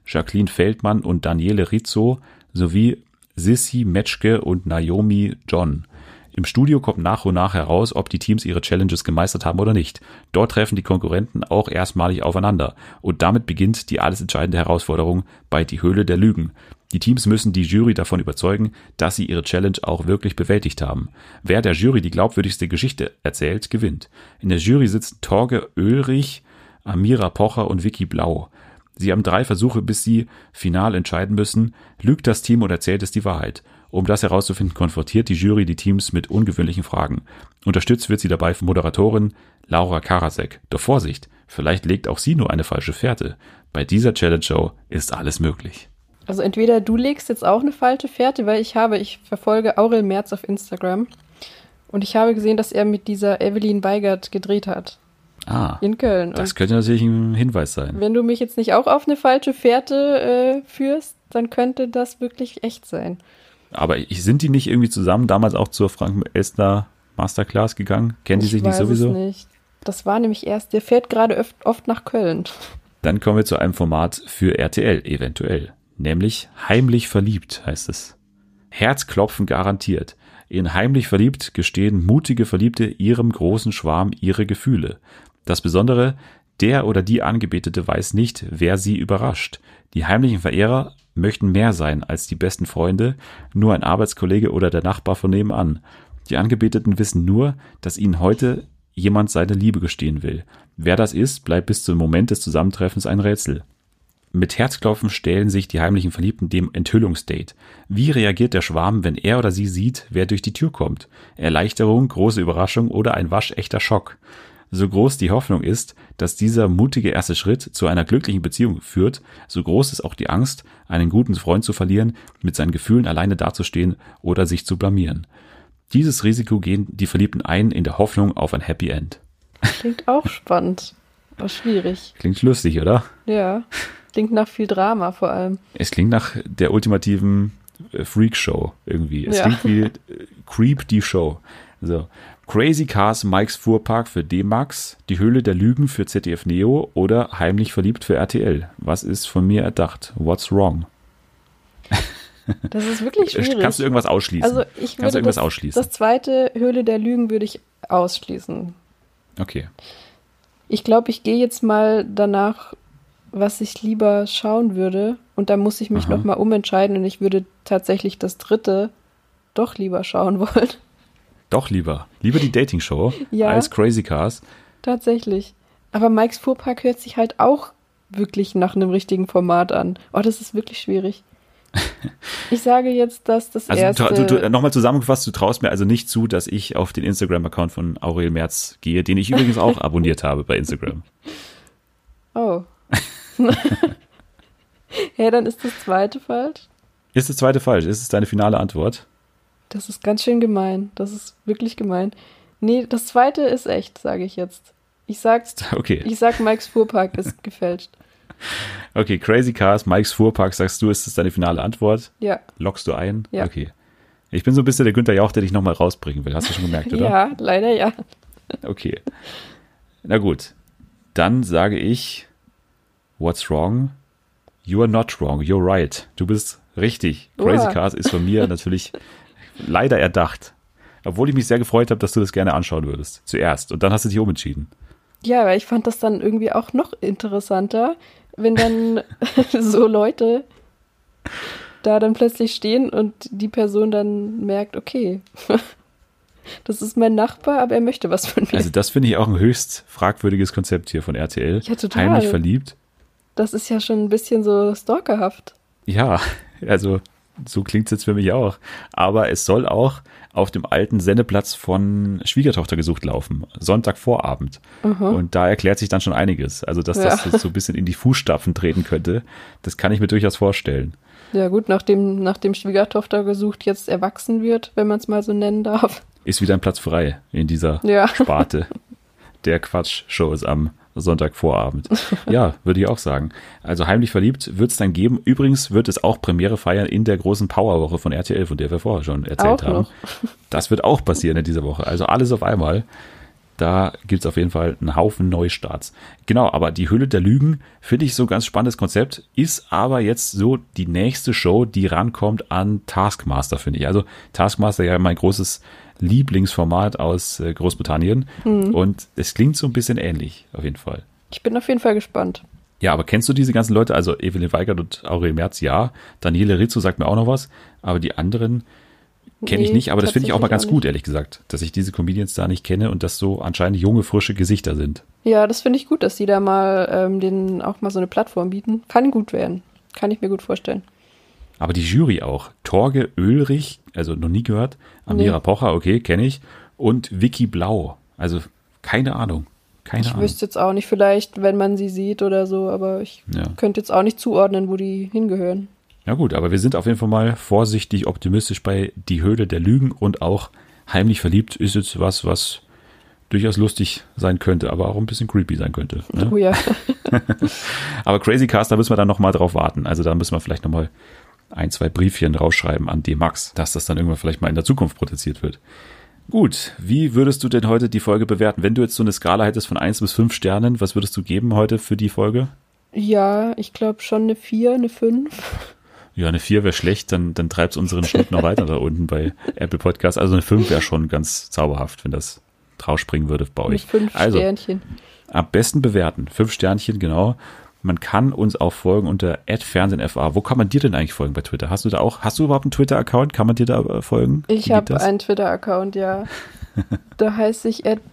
Jacqueline Feldmann und Daniele Rizzo sowie Sissi Metzke und Naomi John. Im Studio kommt nach und nach heraus, ob die Teams ihre Challenges gemeistert haben oder nicht. Dort treffen die Konkurrenten auch erstmalig aufeinander. Und damit beginnt die alles entscheidende Herausforderung bei Die Höhle der Lügen. Die Teams müssen die Jury davon überzeugen, dass sie ihre Challenge auch wirklich bewältigt haben. Wer der Jury die glaubwürdigste Geschichte erzählt, gewinnt. In der Jury sitzen Torge Oelrich, Amira Pocher und Vicky Blau. Sie haben drei Versuche, bis sie final entscheiden müssen, lügt das Team oder erzählt es die Wahrheit. Um das herauszufinden, konfrontiert die Jury die Teams mit ungewöhnlichen Fragen. Unterstützt wird sie dabei von Moderatorin Laura Karasek. Doch Vorsicht, vielleicht legt auch sie nur eine falsche Fährte. Bei dieser Challenge-Show ist alles möglich. Also entweder du legst jetzt auch eine falsche Fährte, weil ich habe, ich verfolge Aurel Merz auf Instagram und ich habe gesehen, dass er mit dieser Evelyn Weigert gedreht hat. Ah, in Köln. Das und könnte natürlich ein Hinweis sein. Wenn du mich jetzt nicht auch auf eine falsche Fährte äh, führst, dann könnte das wirklich echt sein. Aber sind die nicht irgendwie zusammen damals auch zur Frank Elstner Masterclass gegangen? Kennen die sich nicht sowieso? Ich weiß es nicht. Das war nämlich erst, der fährt gerade öf- oft nach Köln. Dann kommen wir zu einem Format für R T L, eventuell. Nämlich Heimlich verliebt, heißt es. Herzklopfen garantiert. In Heimlich verliebt gestehen mutige Verliebte ihrem großen Schwarm ihre Gefühle. Das Besondere, der oder die Angebetete weiß nicht, wer sie überrascht. Die heimlichen Verehrer möchten mehr sein als die besten Freunde, nur ein Arbeitskollege oder der Nachbar von nebenan. Die Angebeteten wissen nur, dass ihnen heute jemand seine Liebe gestehen will. Wer das ist, bleibt bis zum Moment des Zusammentreffens ein Rätsel. Mit Herzklopfen stellen sich die heimlichen Verliebten dem Enthüllungsdate. Wie reagiert der Schwarm, wenn er oder sie sieht, wer durch die Tür kommt? Erleichterung, große Überraschung oder ein waschechter Schock? So groß die Hoffnung ist, dass dieser mutige erste Schritt zu einer glücklichen Beziehung führt, so groß ist auch die Angst, einen guten Freund zu verlieren, mit seinen Gefühlen alleine dazustehen oder sich zu blamieren. Dieses Risiko gehen die Verliebten ein in der Hoffnung auf ein Happy End. Klingt auch spannend, aber schwierig. Klingt lustig, oder? Ja, klingt nach viel Drama vor allem. Es klingt nach der ultimativen Freak-Show irgendwie. Es Ja. klingt wie äh, Creep die Show. So. Crazy Cars Mikes Fuhrpark für D-Max, Die Höhle der Lügen für Z D F Neo oder Heimlich verliebt für R T L. Was ist von mir erdacht? What's wrong? Das ist wirklich schwierig. Kannst du irgendwas ausschließen? Also ich Kannst du würde irgendwas das, ausschließen? das zweite Höhle der Lügen würde ich ausschließen. Okay. Ich glaube, ich gehe jetzt mal danach, was ich lieber schauen würde. Und da muss ich mich Aha. nochmal umentscheiden. Und ich würde tatsächlich das dritte doch lieber schauen wollen. Doch lieber. Lieber die Dating-Show Ja. als Crazy Cars. Tatsächlich. Aber Mikes Fuhrpark hört sich halt auch wirklich nach einem richtigen Format an. Oh, das ist wirklich schwierig. Ich sage jetzt, dass das Also erste... du, du, nochmal zusammengefasst, du traust mir also nicht zu, dass ich auf den Instagram-Account von Aurel Merz gehe, den ich übrigens auch abonniert habe bei Instagram. Oh. Ja, dann ist das zweite falsch. Ist das zweite falsch? Ist es deine finale Antwort? Das ist ganz schön gemein. Das ist wirklich gemein. Nee, das zweite ist echt, sage ich jetzt. Ich sag, Okay. ich sag, Mikes Fuhrpark ist gefälscht. Okay, Crazy Cars, Mikes Fuhrpark, sagst du, ist das deine finale Antwort? Ja. Lockst du ein? Ja. Okay. Ich bin so ein bisschen der Günther Jauch, der dich nochmal rausbringen will. Hast du schon gemerkt, oder? Ja, leider ja. Okay. Na gut. Dann sage ich, what's wrong? You are not wrong, you're right. Du bist richtig. Crazy Uah. Cars ist von mir natürlich leider erdacht. Obwohl ich mich sehr gefreut habe, dass du das gerne anschauen würdest. Zuerst. Und dann hast du dich umentschieden. Ja, aber ich fand das dann irgendwie auch noch interessanter, wenn dann so Leute da dann plötzlich stehen und die Person dann merkt, okay, das ist mein Nachbar, aber er möchte was von mir. Also das finde ich auch ein höchst fragwürdiges Konzept hier von R T L. Ja, total. Heimlich verliebt. Das ist ja schon ein bisschen so stalkerhaft. Ja, also so klingt es jetzt für mich auch. Aber es soll auch auf dem alten Sendeplatz von Schwiegertochter gesucht laufen. Sonntagvorabend. Mhm. Und da erklärt sich dann schon einiges. Also, dass das Ja. jetzt so ein bisschen in die Fußstapfen treten könnte, das kann ich mir durchaus vorstellen. Ja gut, nachdem, nachdem Schwiegertochter gesucht jetzt erwachsen wird, wenn man es mal so nennen darf. Ist wieder ein Platz frei in dieser Ja. Sparte der Quatsch-Shows am Sonntagvorabend. Ja, würde ich auch sagen. Also heimlich verliebt wird es dann geben. Übrigens wird es auch Premiere feiern in der großen Powerwoche von R T L, von der wir vorher schon erzählt Auch haben. noch. Das wird auch passieren in dieser Woche. Also alles auf einmal. Da gibt's auf jeden Fall einen Haufen Neustarts. Genau, aber die Höhle der Lügen finde ich so ein ganz spannendes Konzept, ist aber jetzt so die nächste Show, die rankommt an Taskmaster, finde ich. Also Taskmaster ja mein großes Lieblingsformat aus äh, Großbritannien mhm. und es klingt so ein bisschen ähnlich, auf jeden Fall. Ich bin auf jeden Fall gespannt. Ja, aber kennst du diese ganzen Leute? Also Evelyn Weigert und Aurel Merz, ja. Daniele Rizzo sagt mir auch noch was, aber die anderen kenne ich Nee, nicht, aber das finde ich auch mal ganz tatsächlich auch gut, nicht. ehrlich gesagt, dass ich diese Comedians da nicht kenne und dass so anscheinend junge, frische Gesichter sind. Ja, das finde ich gut, dass die da mal ähm, denen auch mal so eine Plattform bieten. Kann gut werden. Kann ich mir gut vorstellen. Aber die Jury auch. Torge Oehlrich, also noch nie gehört. Amira Nee. Pocher, okay, kenne ich. Und Vicky Blau. Also keine Ahnung. Keine Ich Ahnung. wüsste jetzt auch nicht, vielleicht, wenn man sie sieht oder so, aber ich Ja. könnte jetzt auch nicht zuordnen, wo die hingehören. Ja gut, aber wir sind auf jeden Fall mal vorsichtig optimistisch bei Die Höhle der Lügen und auch Heimlich verliebt ist jetzt was, was durchaus lustig sein könnte, aber auch ein bisschen creepy sein könnte. Ne? Oh ja. Aber Crazy Cast, da müssen wir dann nochmal drauf warten. Also da müssen wir vielleicht nochmal ein, zwei Briefchen rausschreiben an D-Max, dass das dann irgendwann vielleicht mal in der Zukunft produziert wird. Gut, wie würdest du denn heute die Folge bewerten? Wenn du jetzt so eine Skala hättest von eins bis fünf Sternen, was würdest du geben heute für die Folge? Ja, ich glaube schon eine vier, eine fünf. Ja, eine vier wäre schlecht, dann, dann treibt es unseren Schnitt noch weiter da unten bei Apple Podcasts. Also eine fünf wäre schon ganz zauberhaft, wenn das draufspringen würde bei Eine euch. fünf Also, Sternchen. am besten bewerten. Fünf Sternchen, genau. Man kann uns auch folgen unter at fernsehenfa. Wo kann man dir denn eigentlich folgen bei Twitter? Hast du da auch, hast du überhaupt einen Twitter-Account? Kann man dir da äh, folgen? Wie Ich geht habe das? einen Twitter-Account, ja. Da heiße ich at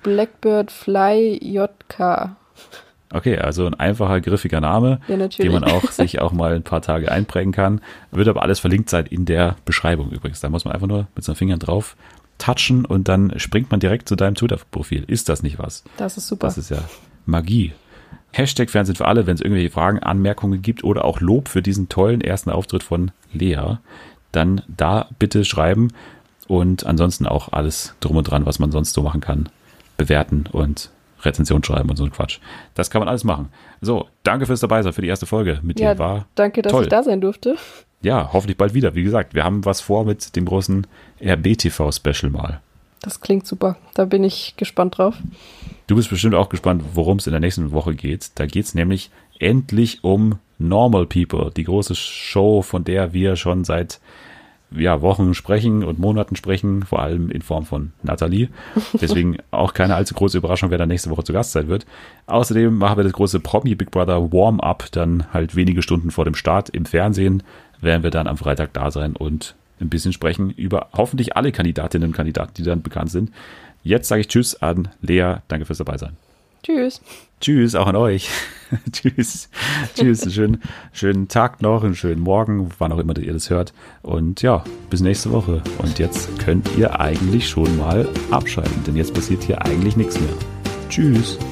blackbirdflyjk. Okay, also ein einfacher, griffiger Name, Ja, natürlich. den man auch sich auch mal ein paar Tage einprägen kann. Wird aber alles verlinkt sein in der Beschreibung übrigens. Da muss man einfach nur mit seinen Fingern drauf touchen und dann springt man direkt zu deinem Twitter-Profil. Ist das nicht was? Das ist super. Das ist ja Magie. Hashtag Fernsehen für alle, wenn es irgendwelche Fragen, Anmerkungen gibt oder auch Lob für diesen tollen ersten Auftritt von Lea, dann da bitte schreiben und ansonsten auch alles drum und dran, was man sonst so machen kann, bewerten und Rezension schreiben und so ein Quatsch. Das kann man alles machen. So, danke fürs Dabeisein für die erste Folge mit Ja, dir. War danke, dass toll. ich da sein durfte. Ja, hoffentlich bald wieder. Wie gesagt, wir haben was vor mit dem großen R B T V-Special mal. Das klingt super. Da bin ich gespannt drauf. Du bist bestimmt auch gespannt, worum es in der nächsten Woche geht. Da geht es nämlich endlich um Normal People, die große Show, von der wir schon seit ja, Wochen sprechen und Monaten sprechen, vor allem in Form von Nathalie. Deswegen auch keine allzu große Überraschung, wer da nächste Woche zu Gast sein wird. Außerdem machen wir das große Promi Big Brother Warm-Up, dann halt wenige Stunden vor dem Start im Fernsehen, werden wir dann am Freitag da sein und ein bisschen sprechen über hoffentlich alle Kandidatinnen und Kandidaten, die dann bekannt sind. Jetzt sage ich Tschüss an Lea, danke fürs Dabeisein. Tschüss. Tschüss, auch an euch. Tschüss. Tschüss, einen schönen, schönen Tag noch, einen schönen Morgen, wann auch immer ihr das hört. Und ja, bis nächste Woche. Und jetzt könnt ihr eigentlich schon mal abschalten, denn jetzt passiert hier eigentlich nichts mehr. Tschüss.